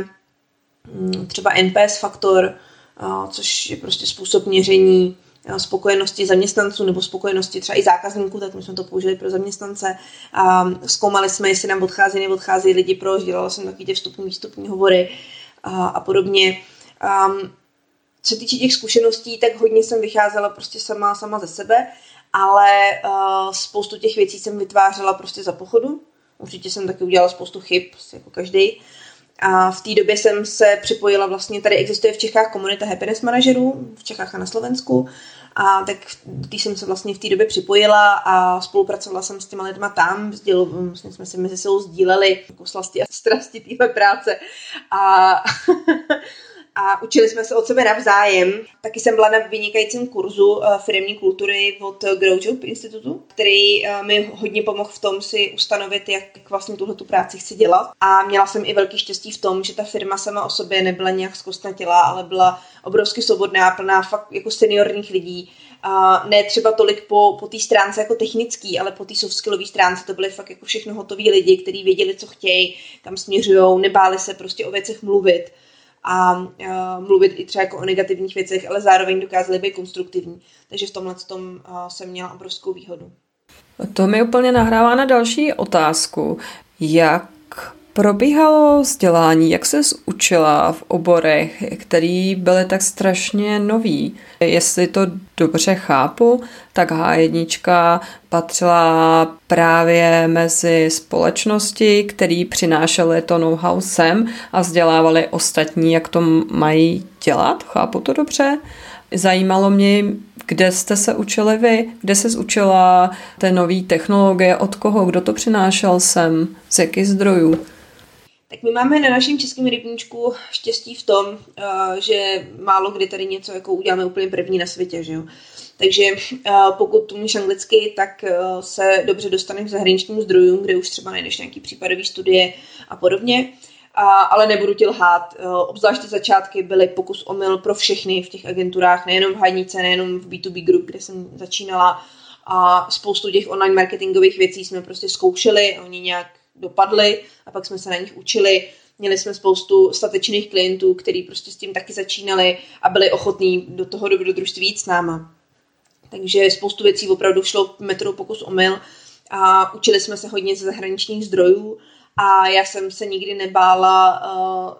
třeba en pé es faktor, což je prostě způsob měření spokojenosti zaměstnanců nebo spokojenosti třeba i zákazníků, tak my jsme to použili pro zaměstnance. A zkoumali jsme, jestli nám odchází, neodchází lidi proč, dělala jsem takový ty vstupní, výstupní hovory a, a podobně. A, co se týče těch zkušeností, tak hodně jsem vycházela prostě sama, sama ze sebe, ale a, spoustu těch věcí jsem vytvářela prostě za pochodu. Určitě jsem taky udělala spoustu chyb, jako každý. A v té době jsem se připojila vlastně, tady existuje v Čechách komunita happiness manažerů, v Čechách a na Slovensku, a tak tý jsem se vlastně v té době připojila a spolupracovala jsem s těma lidma tam, sděl, vlastně jsme si mezi sebou sdíleli jako slasti a strasti téhle práce a a učili jsme se od sebe navzájem. Taky jsem byla na vynikajícím kurzu firemní kultury od Grow Job institutu, který mi hodně pomohl v tom si ustanovit, jak vlastně tuhletu práci chci dělat. A měla jsem i velký štěstí v tom, že ta firma sama o sobě nebyla nějak zkostnatělá, ale byla obrovsky svobodná, plná fakt jako seniorních lidí. A ne třeba tolik po, po té stránce jako technický, ale po té soft skillové stránce to byly fakt jako všechno hotoví lidi, kteří věděli, co chtějí, kam směřují, nebáli se prostě o věcech mluvit. A uh, mluvit i třeba jako o negativních věcech, ale zároveň dokázali být konstruktivní. Takže v tomhle tom uh, jsem měla obrovskou výhodu. To mi úplně nahrává na další otázku. Jak probíhalo vzdělání, jak ses učila v oborech, který byly tak strašně nový? Jestli to dobře chápu, tak há jedna patřila právě mezi společnosti, který přinášely to know-how sem a vzdělávali ostatní, jak to mají dělat. Chápu to dobře? Zajímalo mě, kde jste se učili vy, kde jsi učila té nové technologie, od koho, kdo to přinášel sem, z jakých zdrojů? Tak my máme na našem českém rybníčku štěstí v tom, že málo kdy tady něco jako uděláme úplně první na světě, že jo. Takže pokud umíš anglicky, tak se dobře dostaneš k zahraničním zdrojům, kde už třeba najdeš nějaký případový studie a podobně. A, ale nebudu ti lhát. Obzvlášť ty začátky byly pokus omyl pro všechny v těch agenturách, nejenom v há jedna, nejenom v bé dvě bé Group, kde jsem začínala. A spoustu těch online marketingových věcí jsme prostě zkoušeli a oni nějak dopadly a pak jsme se na nich učili. Měli jsme spoustu statečných klientů, kteří prostě s tím taky začínali a byli ochotní do toho dobrodružství jít s náma. Takže spoustu věcí opravdu šlo metodou pokus omyl a učili jsme se hodně ze zahraničních zdrojů a já jsem se nikdy nebála uh,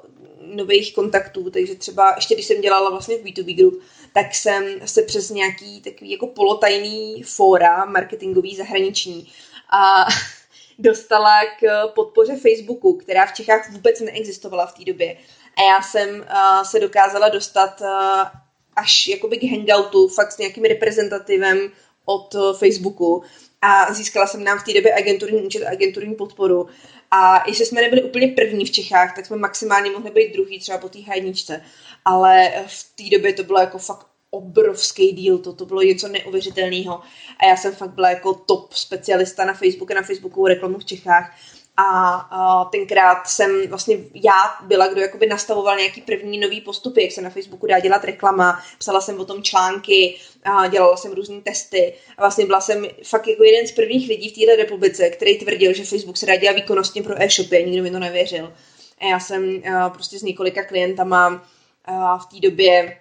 nových kontaktů, takže třeba ještě když jsem dělala vlastně v bé dvě bé Group, tak jsem se přes nějaký takový jako polotajný fóra marketingový zahraniční a dostala k podpoře Facebooku, která v Čechách vůbec neexistovala v té době. A já jsem uh, se dokázala dostat uh, až jakoby k hangoutu, fakt s nějakým reprezentativem od uh, Facebooku a získala jsem nám v té době agenturní účet a agenturní podporu. A jestli jsme nebyli úplně první v Čechách, tak jsme maximálně mohli být druhý třeba po té hajničce. Ale v té době to bylo jako fakt obrovský díl, to, to bylo něco neuvěřitelného. A já jsem fakt byla jako top specialista na Facebooku, na Facebookovou reklamu v Čechách. A, a tenkrát jsem vlastně já byla, kdo jakoby nastavoval nějaký první nový postupy, jak se na Facebooku dá dělat reklama, psala jsem o tom články, a dělala jsem různý testy a vlastně byla jsem fakt jako jeden z prvních lidí v této republice, který tvrdil, že Facebook se dá dělat výkonnostně pro e-shopy a nikdo mi to nevěřil. A já jsem a prostě s několika klientama a v té době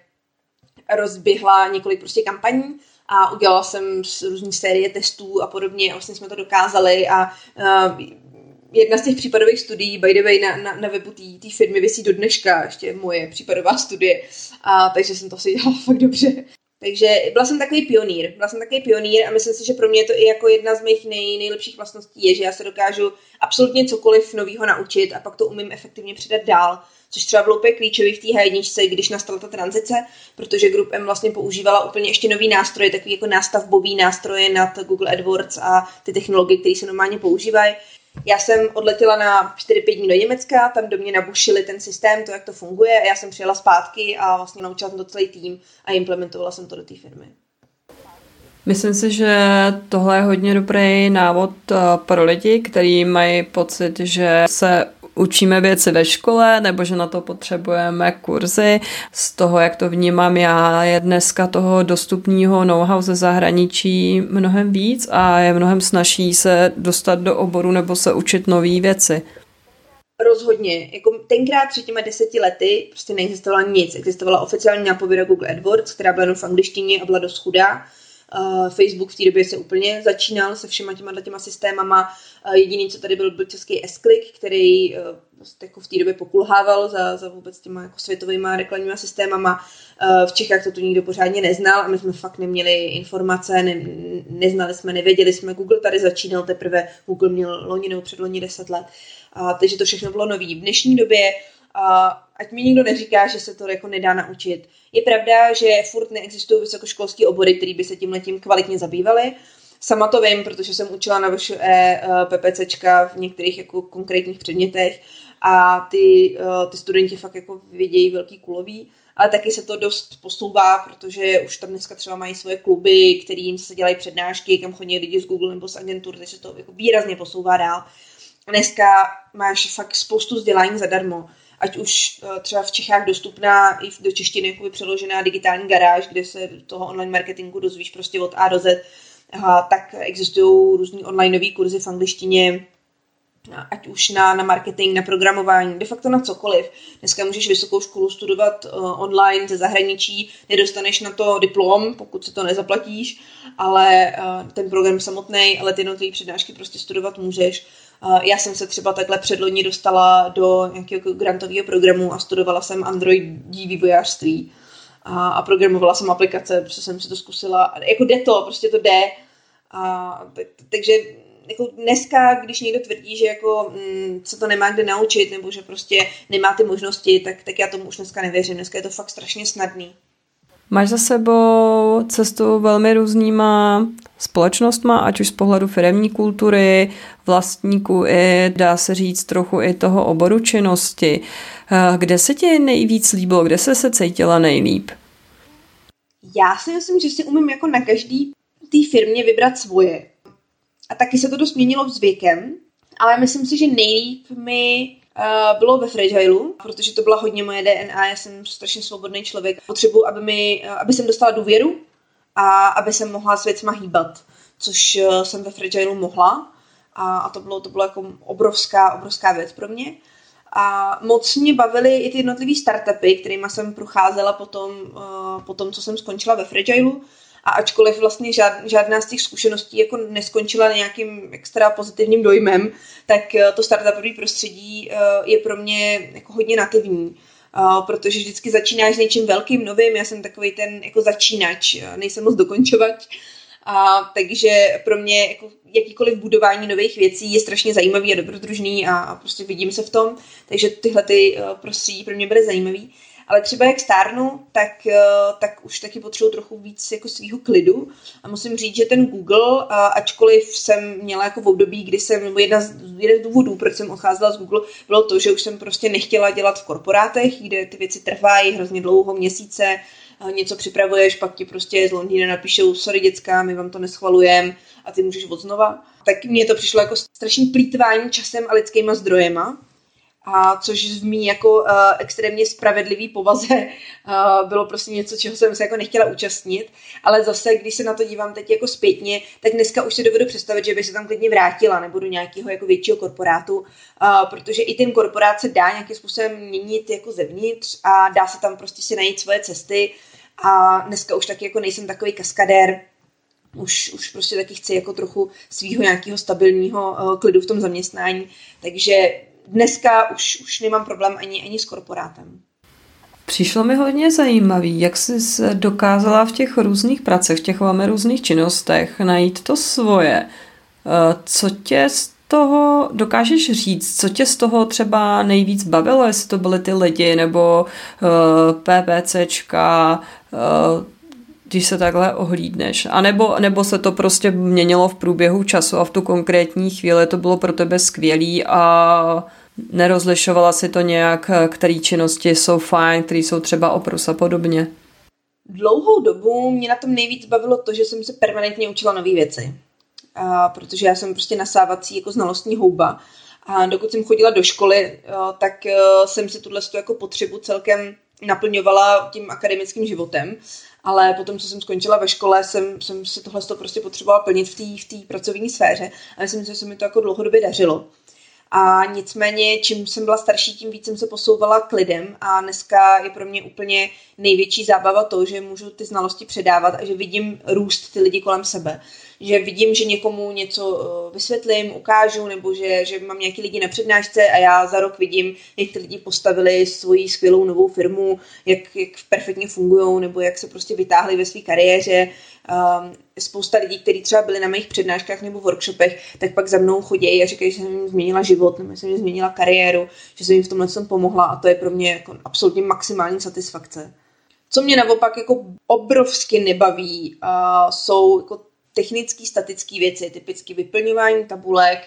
rozběhla několik prostě kampaní a udělala jsem různý série testů a podobně a vlastně jsme to dokázali a, a jedna z těch případových studií, by the way, na, na, na webu té firmy visí do dneška, ještě moje případová studie, a, takže jsem to si dělala fakt dobře. Takže byla jsem takový pionýr, byla jsem takový pionýr a myslím si, že pro mě je to i jako jedna z mých nej, nejlepších vlastností je, že já se dokážu absolutně cokoliv novýho naučit a pak to umím efektivně předat dál, což třeba bylo úplně klíčový v té há jedničce, když nastala ta tranzice, protože Group M vlastně používala úplně ještě nový nástroje, takový jako nástavbový nástroje nad Google AdWords a ty technologie, které se normálně používají. Já jsem odletěla na čtyři pět dní do Německa, tam do mě nabušili ten systém, to, jak to funguje, a já jsem přijela zpátky a vlastně naučila jsem to celý tým a implementovala jsem to do té firmy. Myslím si, že tohle je hodně dobrý návod pro lidi, kteří mají pocit, že se učíme věci ve škole, nebo že na to potřebujeme kurzy. Z toho, jak to vnímám já, je dneska toho dostupného know-how ze zahraničí mnohem víc a je mnohem snazší se dostat do oboru nebo se učit nové věci. Rozhodně. Jako tenkrát před těmi deseti lety prostě neexistovala nic. Existovala oficiální nápověda Google AdWords, která byla jenom v angličtině a byla dost chudá. Uh, Facebook v té době se úplně začínal se všema těma těma systémama. Uh, jediný, co tady byl, byl český S-Click, který uh, vlastně jako v té době pokulhával za, za vůbec těma jako světovýma reklamníma systémama. Uh, v Čechách to tu nikdo pořádně neznal a my jsme fakt neměli informace, ne, neznali jsme, nevěděli jsme. Google tady začínal teprve, Google měl loni nebo předloni deset let. Uh, takže to všechno bylo nový. V dnešní době Uh, ať mi nikdo neříká, že se to jako nedá naučit. Je pravda, že furt neexistují vysokoškolský obory, které by se tímhletím kvalitně zabývaly. Sama to vím, protože jsem učila na VŠE PPCčka v některých jako konkrétních předmětech a ty, uh, ty studenti fakt jako vědějí velký kulový, ale taky se to dost posouvá, protože už tam dneska třeba mají svoje kluby, kterým se dělají přednášky, kam chodí lidi z Google nebo z agentur, takže se to jako výrazně posouvá dál. Dneska máš fakt spoustu vzdělání zadarmo. Ať už třeba v Čechách dostupná i do češtiny jakoby přeložená digitální garáž, kde se toho online marketingu dozvíš prostě od A do Z, a tak existují různý onlineový kurzy v angličtině, ať už na, na marketing, na programování, de facto na cokoliv. Dneska můžeš vysokou školu studovat uh, online ze zahraničí, nedostaneš na to diplom, pokud si to nezaplatíš, ale uh, ten program samotný, ale ty jednotlivé přednášky prostě studovat můžeš. Uh, já jsem se třeba takhle předloni dostala do nějakého grantového programu a studovala jsem androidí vývojářství a, a programovala jsem aplikace, protože jsem si to zkusila. Jako jde to, prostě to jde. A, tak, takže jako dneska, když někdo tvrdí, že jako, mm, se to nemá kde naučit nebo že prostě nemá ty možnosti, tak, tak já tomu už dneska nevěřím. Dneska je to fakt strašně snadný. Máš za sebou cestu velmi různýma společnostma, ať už z pohledu firemní kultury, vlastníků i, dá se říct, trochu i toho oboru činnosti. Kde se ti nejvíc líbilo, kde se se cítila nejlíp? Já si myslím, že si umím jako na každý té firmě vybrat svoje. A taky se to dost měnilo s věkem, ale myslím si, že nejlíp mi uh, bylo ve Fragileu, protože to byla hodně moje D N A, já jsem strašně svobodný člověk. Potřebuji, aby, mi, uh, aby jsem dostala důvěru a aby jsem mohla s věcma hýbat, což uh, jsem ve Fragileu mohla a, a to bylo, to bylo jako obrovská, obrovská věc pro mě. A moc mě bavily i ty jednotlivý startupy, kterýma jsem procházela potom, uh, potom, co jsem skončila ve Fragileu. A ačkoliv vlastně žád, žádná z těch zkušeností jako neskončila nějakým extra pozitivním dojmem, tak to startupové prostředí je pro mě jako hodně nativní. Uh, protože vždycky začínáš s něčím velkým, novým, já jsem takovej ten jako začínač, nejsem moc dokončovač, a takže pro mě jako jakýkoliv budování nových věcí je strašně zajímavý a dobrodružný a, a prostě vidím se v tom, takže tyhle ty uh, prostředí pro mě byly zajímavý. Ale třeba jak stárnu, tak, uh, tak už taky potřebuji trochu víc jako svýho klidu a musím říct, že ten Google, uh, ačkoliv jsem měla jako v období, kdy jsem, nebo jedna z, jeden z důvodů, proč jsem odcházela z Google, bylo to, že už jsem prostě nechtěla dělat v korporátech, kde ty věci trvají hrozně dlouho, měsíce, něco připravuješ, pak ti prostě z Londýna napíšou, sorry děcka, my vám to neschvalujeme a ty můžeš od znova. Tak mně to přišlo jako strašný plýtvání časem a lidskýma zdrojema, a což v mý jako uh, extrémně spravedlivý povaze uh, bylo prostě něco, čeho jsem se jako nechtěla účastnit, ale zase, když se na to dívám teď jako zpětně, tak dneska už si dovedu představit, že bych se tam klidně vrátila nebo do nějakého jako většího korporátu, uh, protože i ten korporát se dá nějakým způsobem měnit jako zevnitř a dá se tam prostě si najít svoje cesty a dneska už taky jako nejsem takový kaskadér, už, už prostě taky chci jako trochu svýho nějakého stabilního uh, klidu v tom zaměstnání, takže dneska už, už nemám problém ani, ani s korporátem. Přišlo mi hodně zajímavý, jak jsi dokázala v těch různých pracech, v těch velmi různých činnostech najít to svoje. Co tě z toho dokážeš říct? Co tě z toho třeba nejvíc bavilo? Jestli to byly ty lidi nebo uh, PPCčka, uh, když se takhle ohlídneš. A nebo, nebo se to prostě měnilo v průběhu času a v tu konkrétní chvíli to bylo pro tebe skvělý a nerozlišovala si to nějak, který činnosti jsou fajn, který jsou třeba oprus a podobně? Dlouhou dobu mě na tom nejvíc bavilo to, že jsem se permanentně učila nové věci. A protože já jsem prostě nasávací jako znalostní houba. A dokud jsem chodila do školy, tak jsem si tuhle jako potřebu celkem naplňovala tím akademickým životem. Ale potom, co jsem skončila ve škole, jsem, jsem si tohle prostě potřebovala plnit v té v té pracovní sféře. A myslím si, že se mi to jako dlouhodobě dařilo. A nicméně, čím jsem byla starší, tím víc jsem se posouvala k lidem a dneska je pro mě úplně největší zábava to, že můžu ty znalosti předávat a že vidím růst ty lidi kolem sebe. Že vidím, že někomu něco vysvětlím, ukážu, nebo že, že mám nějaký lidi na přednášce a já za rok vidím, jak ty lidi postavili svoji skvělou novou firmu, jak, jak perfektně fungují, nebo jak se prostě vytáhli ve své kariéře. Um, spousta lidí, kteří třeba byli na mých přednáškách nebo workshopech, tak pak za mnou chodí a říkají, že jsem jim změnila život, nebo jsem jim změnila kariéru, že jsem jim v tomhle jsem pomohla a to je pro mě jako absolutně maximální satisfakce. Co mě naopak jako obrovsky nebaví, uh, jsou jako technické, statické věci, typicky vyplňování tabulek,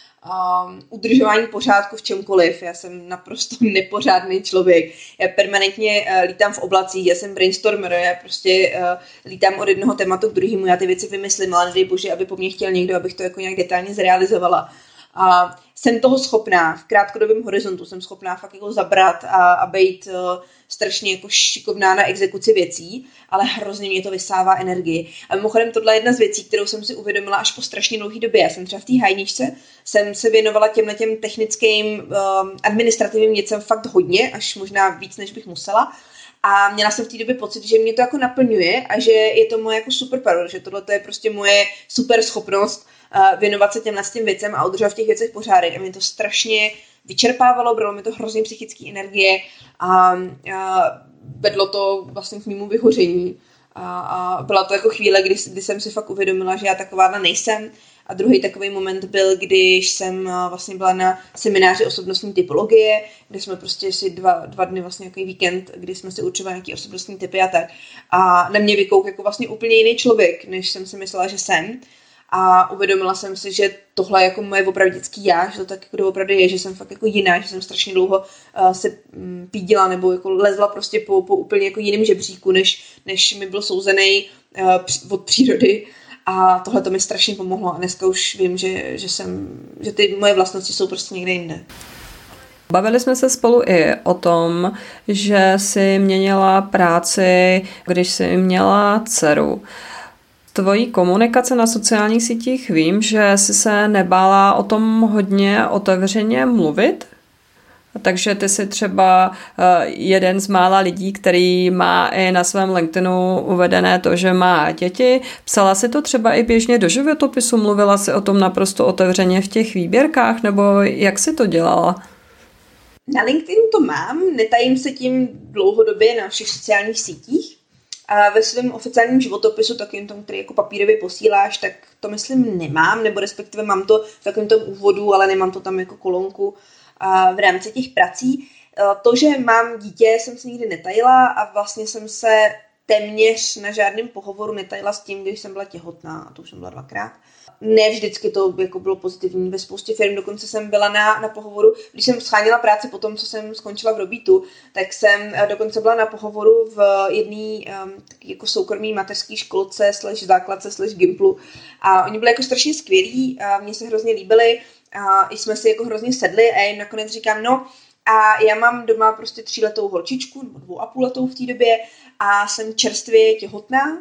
um, udržování pořádku v čemkoliv. Já jsem naprosto nepořádný člověk. Já permanentně uh, lítám v oblacích, já jsem brainstormer, já prostě uh, lítám od jednoho tématu k druhému, já ty věci vymyslím, ale nedej bože, aby po mně chtěl někdo, abych to jako nějak detailně zrealizovala. A jsem toho schopná, v krátkodobém horizontu jsem schopná fakt jako zabrat a, a být uh, strašně jako šikovná na exekuci věcí, ale hrozně mě to vysává energii. A mimochodem tohle je jedna z věcí, kterou jsem si uvědomila až po strašně dlouhé době. Já jsem třeba v té hajničce, jsem se věnovala těmhle těm technickým um, administrativním věcem fakt hodně, až možná víc, než bych musela. A měla jsem v té době pocit, že mě to jako naplňuje a že je to moje jako superpower, že tohle je prostě moje super schopnost uh, věnovat se těmhle těm věcem a udržovat v těch věcech pořádek. A mě to strašně vyčerpávalo, bralo mi to hrozně psychické energie a, a vedlo to vlastně k mému vyhoření. A, a byla to jako chvíle, kdy, kdy jsem si fakt uvědomila, že já taková nejsem. A druhý takový moment byl, když jsem vlastně byla na semináři osobnostní typologie, kde jsme prostě si dva, dva dny vlastně jako víkend, kdy jsme si určovali nějaký osobnostní typy a tak. A na mě vykouk jako vlastně úplně jiný člověk, než jsem si myslela, že jsem. A uvědomila jsem si, že tohle je jako moje opravdický já, že to tak jako opravdu je, že jsem fakt jako jiná, že jsem strašně dlouho uh, se um, pídila nebo jako lezla prostě po, po úplně jako jiném žebříku, než, než mi byl souzený uh, od přírody. A tohle to mi strašně pomohlo a dneska už vím, že, že, jsem, že ty moje vlastnosti jsou prostě někde jinde. Bavili jsme se spolu i o tom, že jsi měnila práci, když jsi měla dceru. Tvojí komunikace na sociálních sítích vím, že jsi se nebála o tom hodně otevřeně mluvit, takže ty jsi třeba jeden z mála lidí, který má i na svém LinkedInu uvedené to, že má děti. Psala si to třeba i běžně do životopisu, mluvila si o tom naprosto otevřeně v těch výběrkách, nebo jak jsi to dělala? Na LinkedInu to mám, netajím se tím dlouhodobě na všech sociálních sítích. A ve svém oficiálním životopisu, takovým tom, který jako papírově posíláš, tak to myslím nemám, nebo respektive mám to v takovém tom úvodu, ale nemám to tam jako kolonku v rámci těch prací. To, že mám dítě, jsem se nikdy netajila a vlastně jsem se téměř na žádném pohovoru netajila s tím, když jsem byla těhotná, a to už jsem byla dvakrát. Ne vždycky to jako bylo pozitivní, ve spoustě firm, dokonce jsem byla na, na pohovoru, když jsem scháněla práci po tom, co jsem skončila v Robitu, tak jsem dokonce byla na pohovoru v jedné um, jako soukromé mateřské školce slash základce slash Gimplu a oni byli jako strašně skvělí a mně se hrozně líbili a jsme si jako hrozně sedli a jim nakonec říkám, no a já mám doma prostě tříletou holčičku, nebo dvou a půl letou v té době a jsem čerstvě těhotná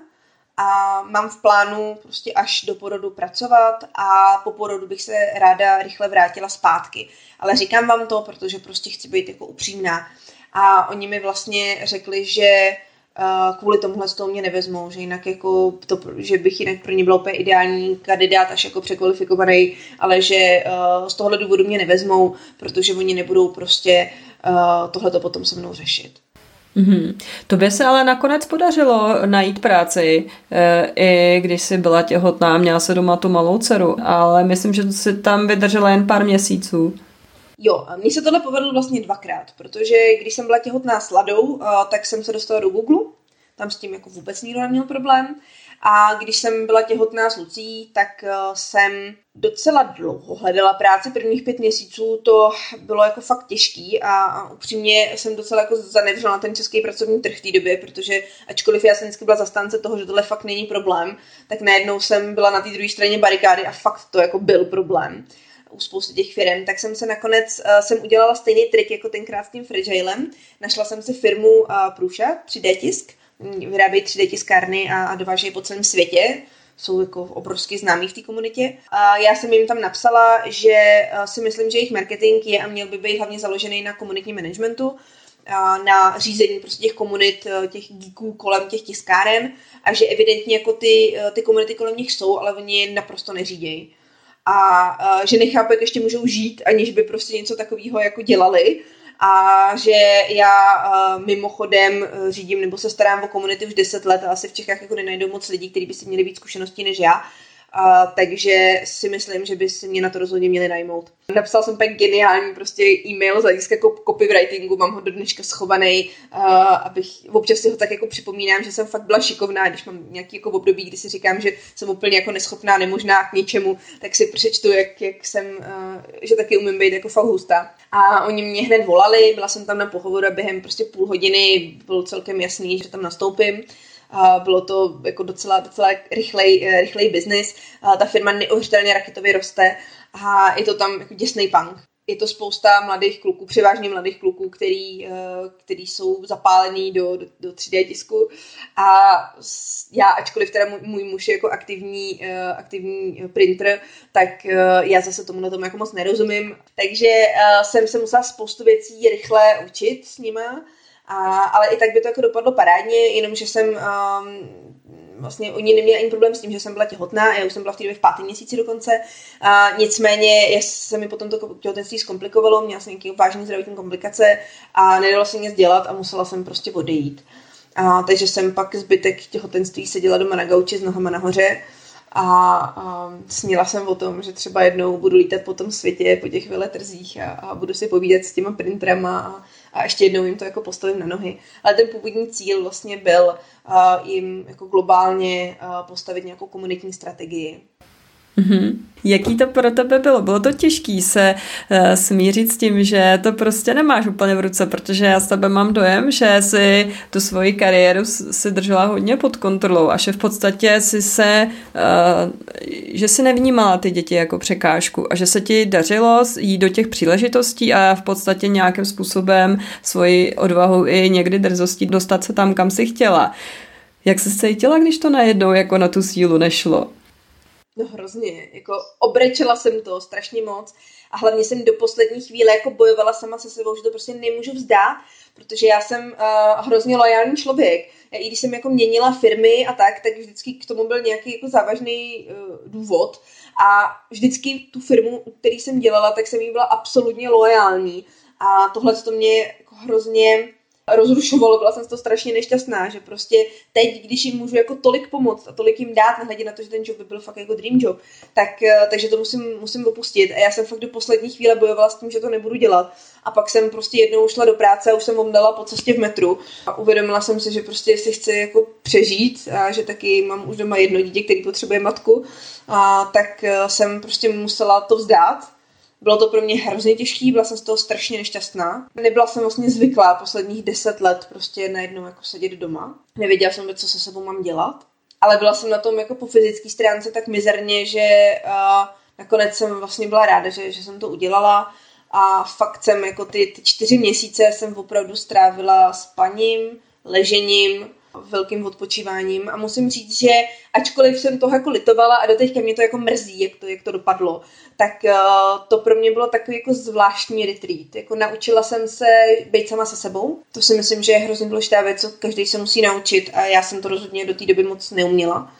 a mám v plánu prostě až do porodu pracovat a po porodu bych se ráda rychle vrátila zpátky. Ale říkám vám to, protože prostě chci být jako upřímná. A oni mi vlastně řekli, že uh, kvůli tomuhle z toho mě nevezmou, že jinak jako to, že bych jinak pro ně byla úplně ideální kandidát až jako překvalifikovaný, ale že uh, z tohohle důvodu mě nevezmou, protože oni nebudou prostě uh, tohleto potom se mnou řešit. Mm-hmm. Tobě se ale nakonec podařilo najít práci, e, i když jsi byla těhotná, měla se doma tu malou dceru, ale myslím, že jsi tam vydržela jen pár měsíců. Jo, a mně se tohle povedlo vlastně dvakrát, protože když jsem byla těhotná s Ladou, tak jsem se dostala do Google, tam s tím jako vůbec nikdo neměl problém. A když jsem byla těhotná s Lucí, tak jsem docela dlouho hledala práci. Prvních pět měsíců to bylo jako fakt těžký a upřímně jsem docela jako zanevřela na ten český pracovní trh v té době, protože ačkoliv já jsem vždycky byla zastánce toho, že tohle fakt není problém, tak najednou jsem byla na té druhé straně barikády a fakt to jako byl problém u spousty těch firm, tak jsem se nakonec, uh, jsem udělala stejný trik jako tenkrát s tím Fragilem. Našla jsem si firmu uh, Prusa, tři dé tisk, vyrábějí tři dé tiskárny a, a dovážejí po celém světě. Jsou jako obrovsky známí v té komunitě. A já jsem jim tam napsala, že uh, si myslím, že jejich marketing je a měl by být hlavně založený na komunitním managementu, uh, na řízení prostě těch komunit, uh, těch geeků kolem těch tiskáren a že evidentně jako ty, uh, ty komunity kolem nich jsou, ale oni je naprosto neřídějí. A uh, že nechápu, jak ještě můžou žít, aniž by prostě něco takového jako dělali. A že já uh, mimochodem uh, řídím nebo se starám o komunity už deset let a asi v Čechách jako nenajdou moc lidí, kteří by si měli víc zkušeností než já. Uh, takže si myslím, že by si mě na to rozhodně měli najmout. Napsal jsem pak geniální prostě e-mail z hlediska copywritingu, mám ho do dneška schovaný, uh, abych občas si ho tak jako připomínám, že jsem fakt byla šikovná, když mám nějaký jako období, kdy si říkám, že jsem úplně jako neschopná, nemožná k něčemu, tak si přečtu, jak, jak jsem, uh, že taky umím být jako fakt hustá. A oni mě hned volali, byla jsem tam na pohovoru a během prostě půl hodiny bylo celkem jasný, že tam nastoupím. A bylo to jako docela, docela rychlej, rychlej biznis. A ta firma neuvěřitelně raketově roste a je to tam jako děsnej punk. Je to spousta mladých kluků, převážně mladých kluků, který, který jsou zapálený do, do, do tři dé tisku. A já, ačkoliv teda můj, můj muž je jako aktivní, aktivní printer, tak já zase tomu na tom jako moc nerozumím. Takže jsem se musela spoustu věcí rychle učit s nima. A, ale i tak by to jako dopadlo parádně, jenomže jsem um, vlastně oni neměli ani problém s tím, že jsem byla těhotná, já už jsem byla v té době v pátém měsíci dokonce. A nicméně se mi potom to těhotenství zkomplikovalo, měla jsem nějaké vážné zdravotní komplikace a nedalo se nic dělat a musela jsem prostě odejít. A, takže jsem pak zbytek těhotenství seděla doma na gauči s nohama nahoře a, a snila jsem o tom, že třeba jednou budu lítat po tom světě, po těch veletrzích a, a budu si povídat s těma printerama a, a ještě jednou jim to jako postavím na nohy. Ale ten původní cíl vlastně byl uh, jim jako globálně uh, postavit nějakou komunitní strategii. Mm-hmm. Jaký to pro tebe bylo? Bylo to těžký se uh, smířit s tím, že to prostě nemáš úplně v ruce, protože já s tebe mám dojem, že si tu svoji kariéru si držela hodně pod kontrolou a že v podstatě si se, uh, že si nevnímala ty děti jako překážku a že se ti dařilo jít do těch příležitostí a v podstatě nějakým způsobem svoji odvahu i někdy drzostí dostat se tam, kam si chtěla. Jak jsi se cítila, když to najednou jako na tu sílu nešlo? No hrozně, jako obrečela jsem to strašně moc a hlavně jsem do poslední chvíle jako bojovala sama se sebou, že to prostě nemůžu vzdát, protože já jsem uh, hrozně loajální člověk. Já i když jsem jako měnila firmy a tak, tak vždycky k tomu byl nějaký jako závažný uh, důvod a vždycky tu firmu, který jsem dělala, tak jsem jí byla absolutně loajální A tohle to mě jako hrozně rozrušovalo, byla jsem z toho strašně nešťastná, že prostě teď, když jim můžu jako tolik pomoct a tolik jim dát, nehledě na to, že ten job by byl fakt jako dream job, tak, takže to musím, musím opustit. A já jsem fakt do poslední chvíle bojovala s tím, že to nebudu dělat. A pak jsem prostě jednou šla do práce a už jsem omdala po cestě v metru. A uvědomila jsem si, že prostě si chci jako přežít a že taky mám už doma jedno dítě, který potřebuje matku, a tak jsem prostě musela to vzdát. Bylo to pro mě hrozně těžký, byla jsem z toho strašně nešťastná. Nebyla jsem vlastně zvyklá posledních deset let prostě najednou jako sedět doma. Nevěděla jsem, co se sebou mám dělat. Ale byla jsem na tom jako po fyzické stránce tak mizerně, že uh, nakonec jsem vlastně byla ráda, že, že jsem to udělala. A fakt jsem jako ty, ty čtyři měsíce jsem opravdu strávila spaním, ležením, velkým odpočíváním a musím říct, že ačkoliv jsem toho jako litovala a doteďka mě to jako mrzí, jak to, jak to dopadlo, tak uh, to pro mě bylo takový jako zvláštní retreat. Jako naučila jsem se být sama se sebou. To si myslím, že je hrozně důležitá věc, co každý se musí naučit a já jsem to rozhodně do té doby moc neuměla.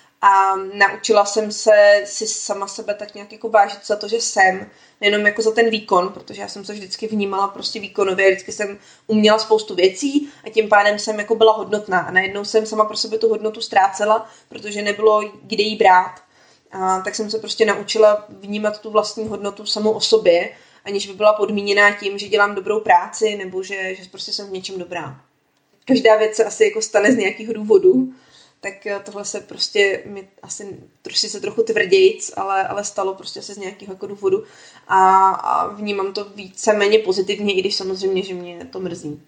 A naučila jsem se si sama sebe tak nějak jako vážit za to, že jsem, nejenom jako za ten výkon, protože já jsem se vždycky vnímala prostě výkonově, vždycky jsem uměla spoustu věcí a tím pádem jsem jako byla hodnotná a najednou jsem sama pro sebe tu hodnotu ztrácela, protože nebylo kde jí brát. A tak jsem se prostě naučila vnímat tu vlastní hodnotu samou o sobě, aniž by byla podmíněná tím, že dělám dobrou práci nebo že, že prostě jsem v něčem dobrá. Každá věc se asi jako stane z nějakého důvodu, tak tohle se prostě mi asi troši se trochu tvrdějc, ale, ale stalo prostě se z nějakého jako důvodu a, a vnímám to víceméně pozitivně, i když samozřejmě, že mě to mrzí.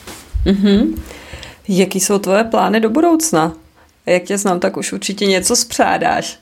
Mm-hmm. Jaký jsou tvoje plány do budoucna? Jak tě znám, tak už určitě něco spřádáš.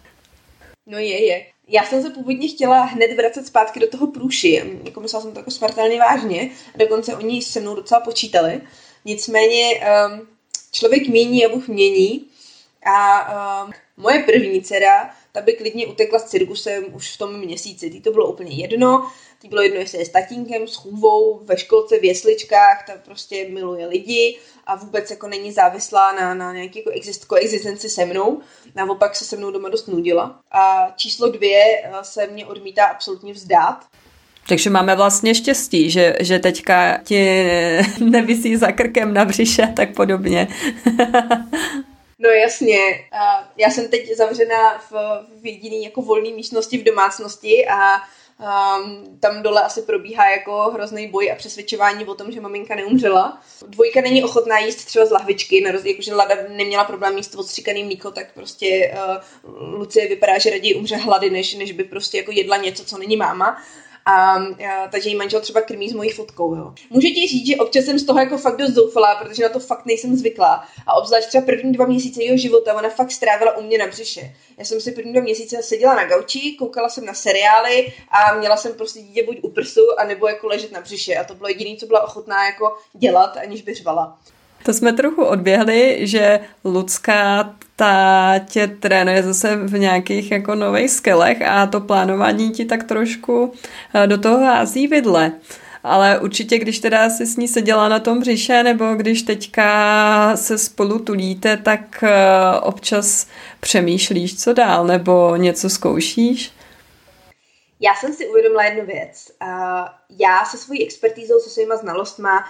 No je, je. Já jsem se původně chtěla hned vracet zpátky do toho průši. Jako myslela jsem to jako smrtelně vážně. Dokonce oni se mnou docela počítali. Nicméně um, člověk mění a Bůh mění. A um, moje první dcera, ta by klidně utekla s cirkusem už v tom měsíci. Tý to bylo úplně jedno. Tý bylo jedno, jestli je s tatínkem, s chůvou, ve školce, v jesličkách. Ta prostě miluje lidi a vůbec jako není závislá na, na nějaké jako exist, koexistenci se mnou. Naopak se se mnou doma dost nudila. A číslo dvě se mě odmítá absolutně vzdát. Takže máme vlastně štěstí, že, že teďka ti nevisí za krkem na břiše a tak podobně. No jasně, já jsem teď zavřená v, v jediný jako volný místnosti v domácnosti a um, tam dole asi probíhá jako hrozný boj a přesvědčování o tom, že maminka neumřela. Dvojka není ochotná jíst třeba z lahvičky, na rozdíl, jakože Lada neměla problém jíst odstříkaný mlíko, tak prostě uh, Lucie vypadá, že raději umře hlady, než, než by prostě jako jedla něco, co není máma. A, a takže jí manžel třeba krmí s mojí fotkou, jo. Můžu ti říct, že občas jsem z toho jako fakt dost zoufalá, protože na to fakt nejsem zvyklá. A obzvlášť třeba první dva měsíce jeho života ona fakt strávila u mě na břiše. Já jsem si první dva měsíce seděla na gauči, koukala jsem na seriály a měla jsem prostě dítě buď u prsu, anebo jako ležet na břiše. A to bylo jediné, co byla ochotná jako dělat, aniž by řvala. To jsme trochu odběhli, že Lucka ta tě trénuje zase v nějakých jako nových skillech a to plánování ti tak trošku do toho hází vidle. Ale určitě, když teda si s ní seděla na tom břiše, nebo když teďka se spolu tulíte, tak občas přemýšlíš, co dál, nebo něco zkoušíš? Já jsem si uvědomila jednu věc. Já se svojí expertízou, se svýma znalostma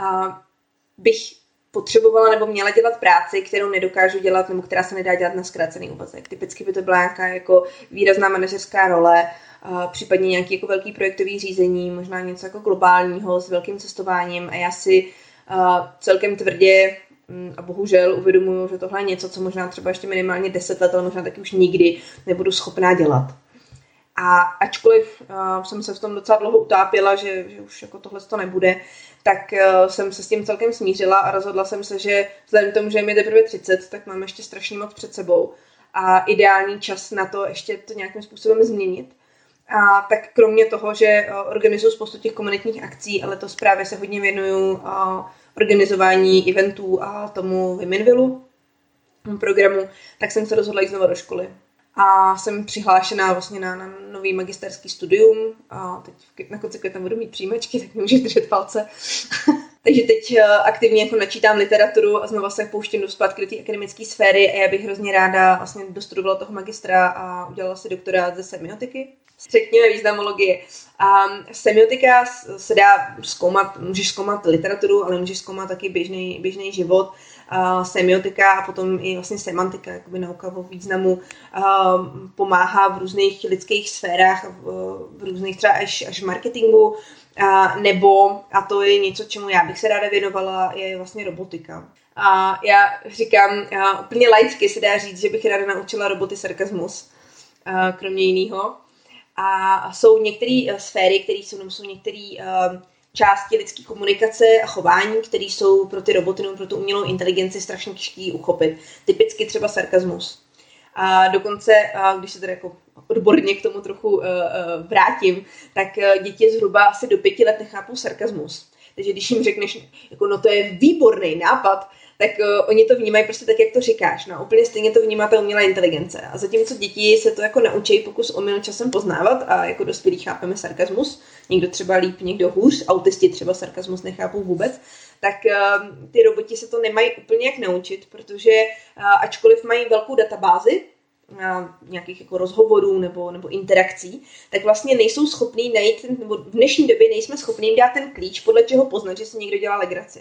bych potřebovala nebo měla dělat práci, kterou nedokážu dělat nebo která se nedá dělat na zkrácený úvazek. Typicky by to byla nějaká jako výrazná manažerská role, uh, případně nějaký jako velký projektový řízení, možná něco jako globálního s velkým cestováním a já si uh, celkem tvrdě um, a bohužel uvědomuju, že tohle je něco, co možná třeba ještě minimálně deset let, ale možná taky už nikdy nebudu schopná dělat. A ačkoliv uh, jsem se v tom docela dlouho utápěla, že, že už jako tohle to nebude, tak uh, jsem se s tím celkem smířila a rozhodla jsem se, že vzhledem k tomu, že je mi teprve třicet, tak mám ještě strašně moc před sebou a ideální čas na to ještě to nějakým způsobem změnit. A tak kromě toho, že uh, organizuju spoustu těch komunitních akcí, ale letos právě se hodně věnuju uh, organizování eventů a tomu Womenvillu programu, tak jsem se rozhodla jít znovu do školy. A jsem přihlášená vlastně na, na nový magisterský studium a teď na konci května budu mít přijímačky, tak mi můžete držet palce. Takže teď aktivně jako načítám literaturu a znova se pouštím do zpátky do té akademické sféry a já bych hrozně ráda vlastně dostudovala toho magistra a udělala si doktorát ze semiotiky. řekněme významologie. A semiotika se dá zkoumat, můžeš zkoumat literaturu, ale můžeš zkoumat taky běžný, běžný život. Uh, semiotika a potom i vlastně semantika, jakoby nauka o významu, uh, pomáhá v různých lidských sférách, v, v různých třeba až, až marketingu, uh, nebo, a to je něco, čemu já bych se ráda věnovala, je vlastně robotika. A já říkám, uh, úplně laicky se dá říct, že bych ráda naučila roboty sarkazmus, uh, kromě jiného. A jsou některé uh, sféry, které jsou, jsou některé uh, části lidské komunikace a chování, které jsou pro ty roboty nebo pro tu umělou inteligenci strašně těžký uchopit. Typicky třeba sarkazmus. A dokonce, když se teda jako odborně k tomu trochu vrátím, tak děti zhruba asi do pěti let nechápou sarkazmus. Takže když jim řekneš, jako no to je výborný nápad, tak uh, oni to vnímají prostě tak, jak to říkáš. No, úplně stejně to vnímá ta umělá inteligence. A zatímco děti se to jako naučí pokus omyl časem poznávat a jako dospělí chápeme sarkazmus, někdo třeba líp, někdo hůř, autisti třeba sarkazmus nechápou vůbec, tak uh, ty roboti se to nemají úplně jak naučit, protože uh, ačkoliv mají velkou databázi, nějakých jako rozhovorů nebo, nebo interakcí, tak vlastně nejsou schopní najít, ten, nebo v dnešní době nejsme schopní jim dát ten klíč, podle čeho poznat, že si někdo dělá legraci.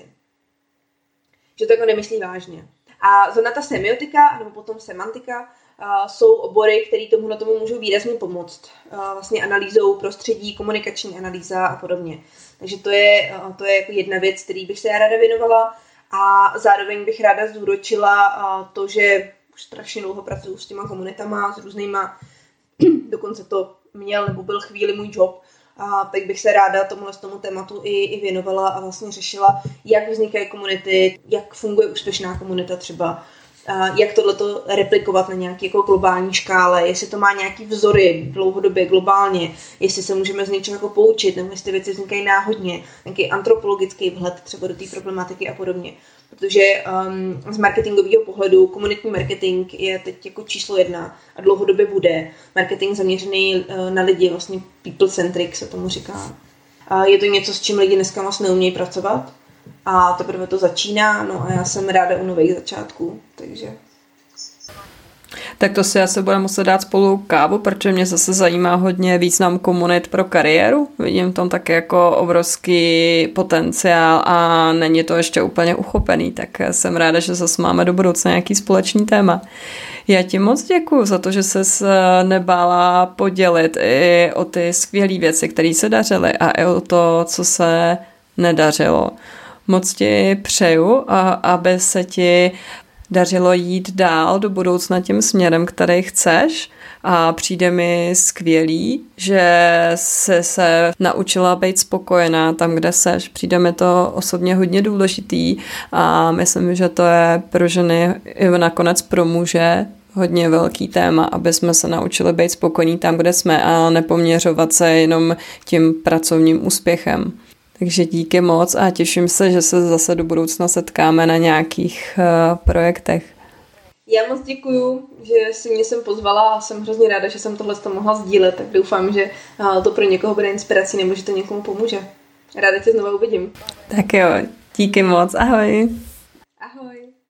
Že to jako nemyslí vážně. A zrovna ta semiotika, nebo potom semantika, uh, jsou obory, které tomu na tomu můžou výrazně pomoct. Uh, vlastně analýzou prostředí, komunikační analýza a podobně. Takže to je, uh, to je jako jedna věc, který bych se já ráda věnovala. A zároveň bych ráda zúročila uh, to, že už strašně dlouho pracuji s těma komunitama, s různýma, dokonce to měl nebo byl chvíli můj job, a tak bych se ráda tomuhle z tomu tématu i, i věnovala a vlastně řešila, jak vznikají komunity, jak funguje úspěšná komunita třeba, a jak tohleto replikovat na nějaké jako globální škále, jestli to má nějaký vzory dlouhodobě, globálně, jestli se můžeme z něčeho jako poučit, nebo jestli věci vznikají náhodně, nějaký antropologický vhled třeba do té problematiky a podobně. Protože um, z marketingového pohledu komunitní marketing je teď jako číslo jedna a dlouhodobě bude. Marketing zaměřený uh, na lidi, vlastně people-centric se tomu říká. Uh, je to něco, s čím lidi dneska moc neumějí pracovat a teprve to začíná, no a já jsem ráda u nových začátků, takže... Tak to si asi budeme muset dát spolu kávu, protože mě zase zajímá hodně význam komunit pro kariéru. Vidím tam taky jako obrovský potenciál a není to ještě úplně uchopený, tak jsem ráda, že zase máme do budoucna nějaký společný téma. Já ti moc děkuju za to, že ses nebála podělit i o ty skvělé věci, které se dařily a i o to, co se nedařilo. Moc ti přeju, a aby se ti dařilo jít dál do budoucna tím směrem, který chceš a přijde mi skvělý, že jsi se naučila být spokojená tam, kde seš. Přijde mi to osobně hodně důležitý a myslím, že to je pro ženy i nakonec pro muže hodně velký téma, aby jsme se naučili být spokojní tam, kde jsme a nepoměřovat se jenom tím pracovním úspěchem. Takže díky moc a těším se, že se zase do budoucna setkáme na nějakých uh, projektech. Já moc děkuju, že si mě sem pozvala a jsem hrozně ráda, že jsem tohle mohla sdílet, tak doufám, že uh, to pro někoho bude inspirací nebo že to někomu pomůže. Ráda tě znovu uvidím. Tak jo, díky moc, ahoj.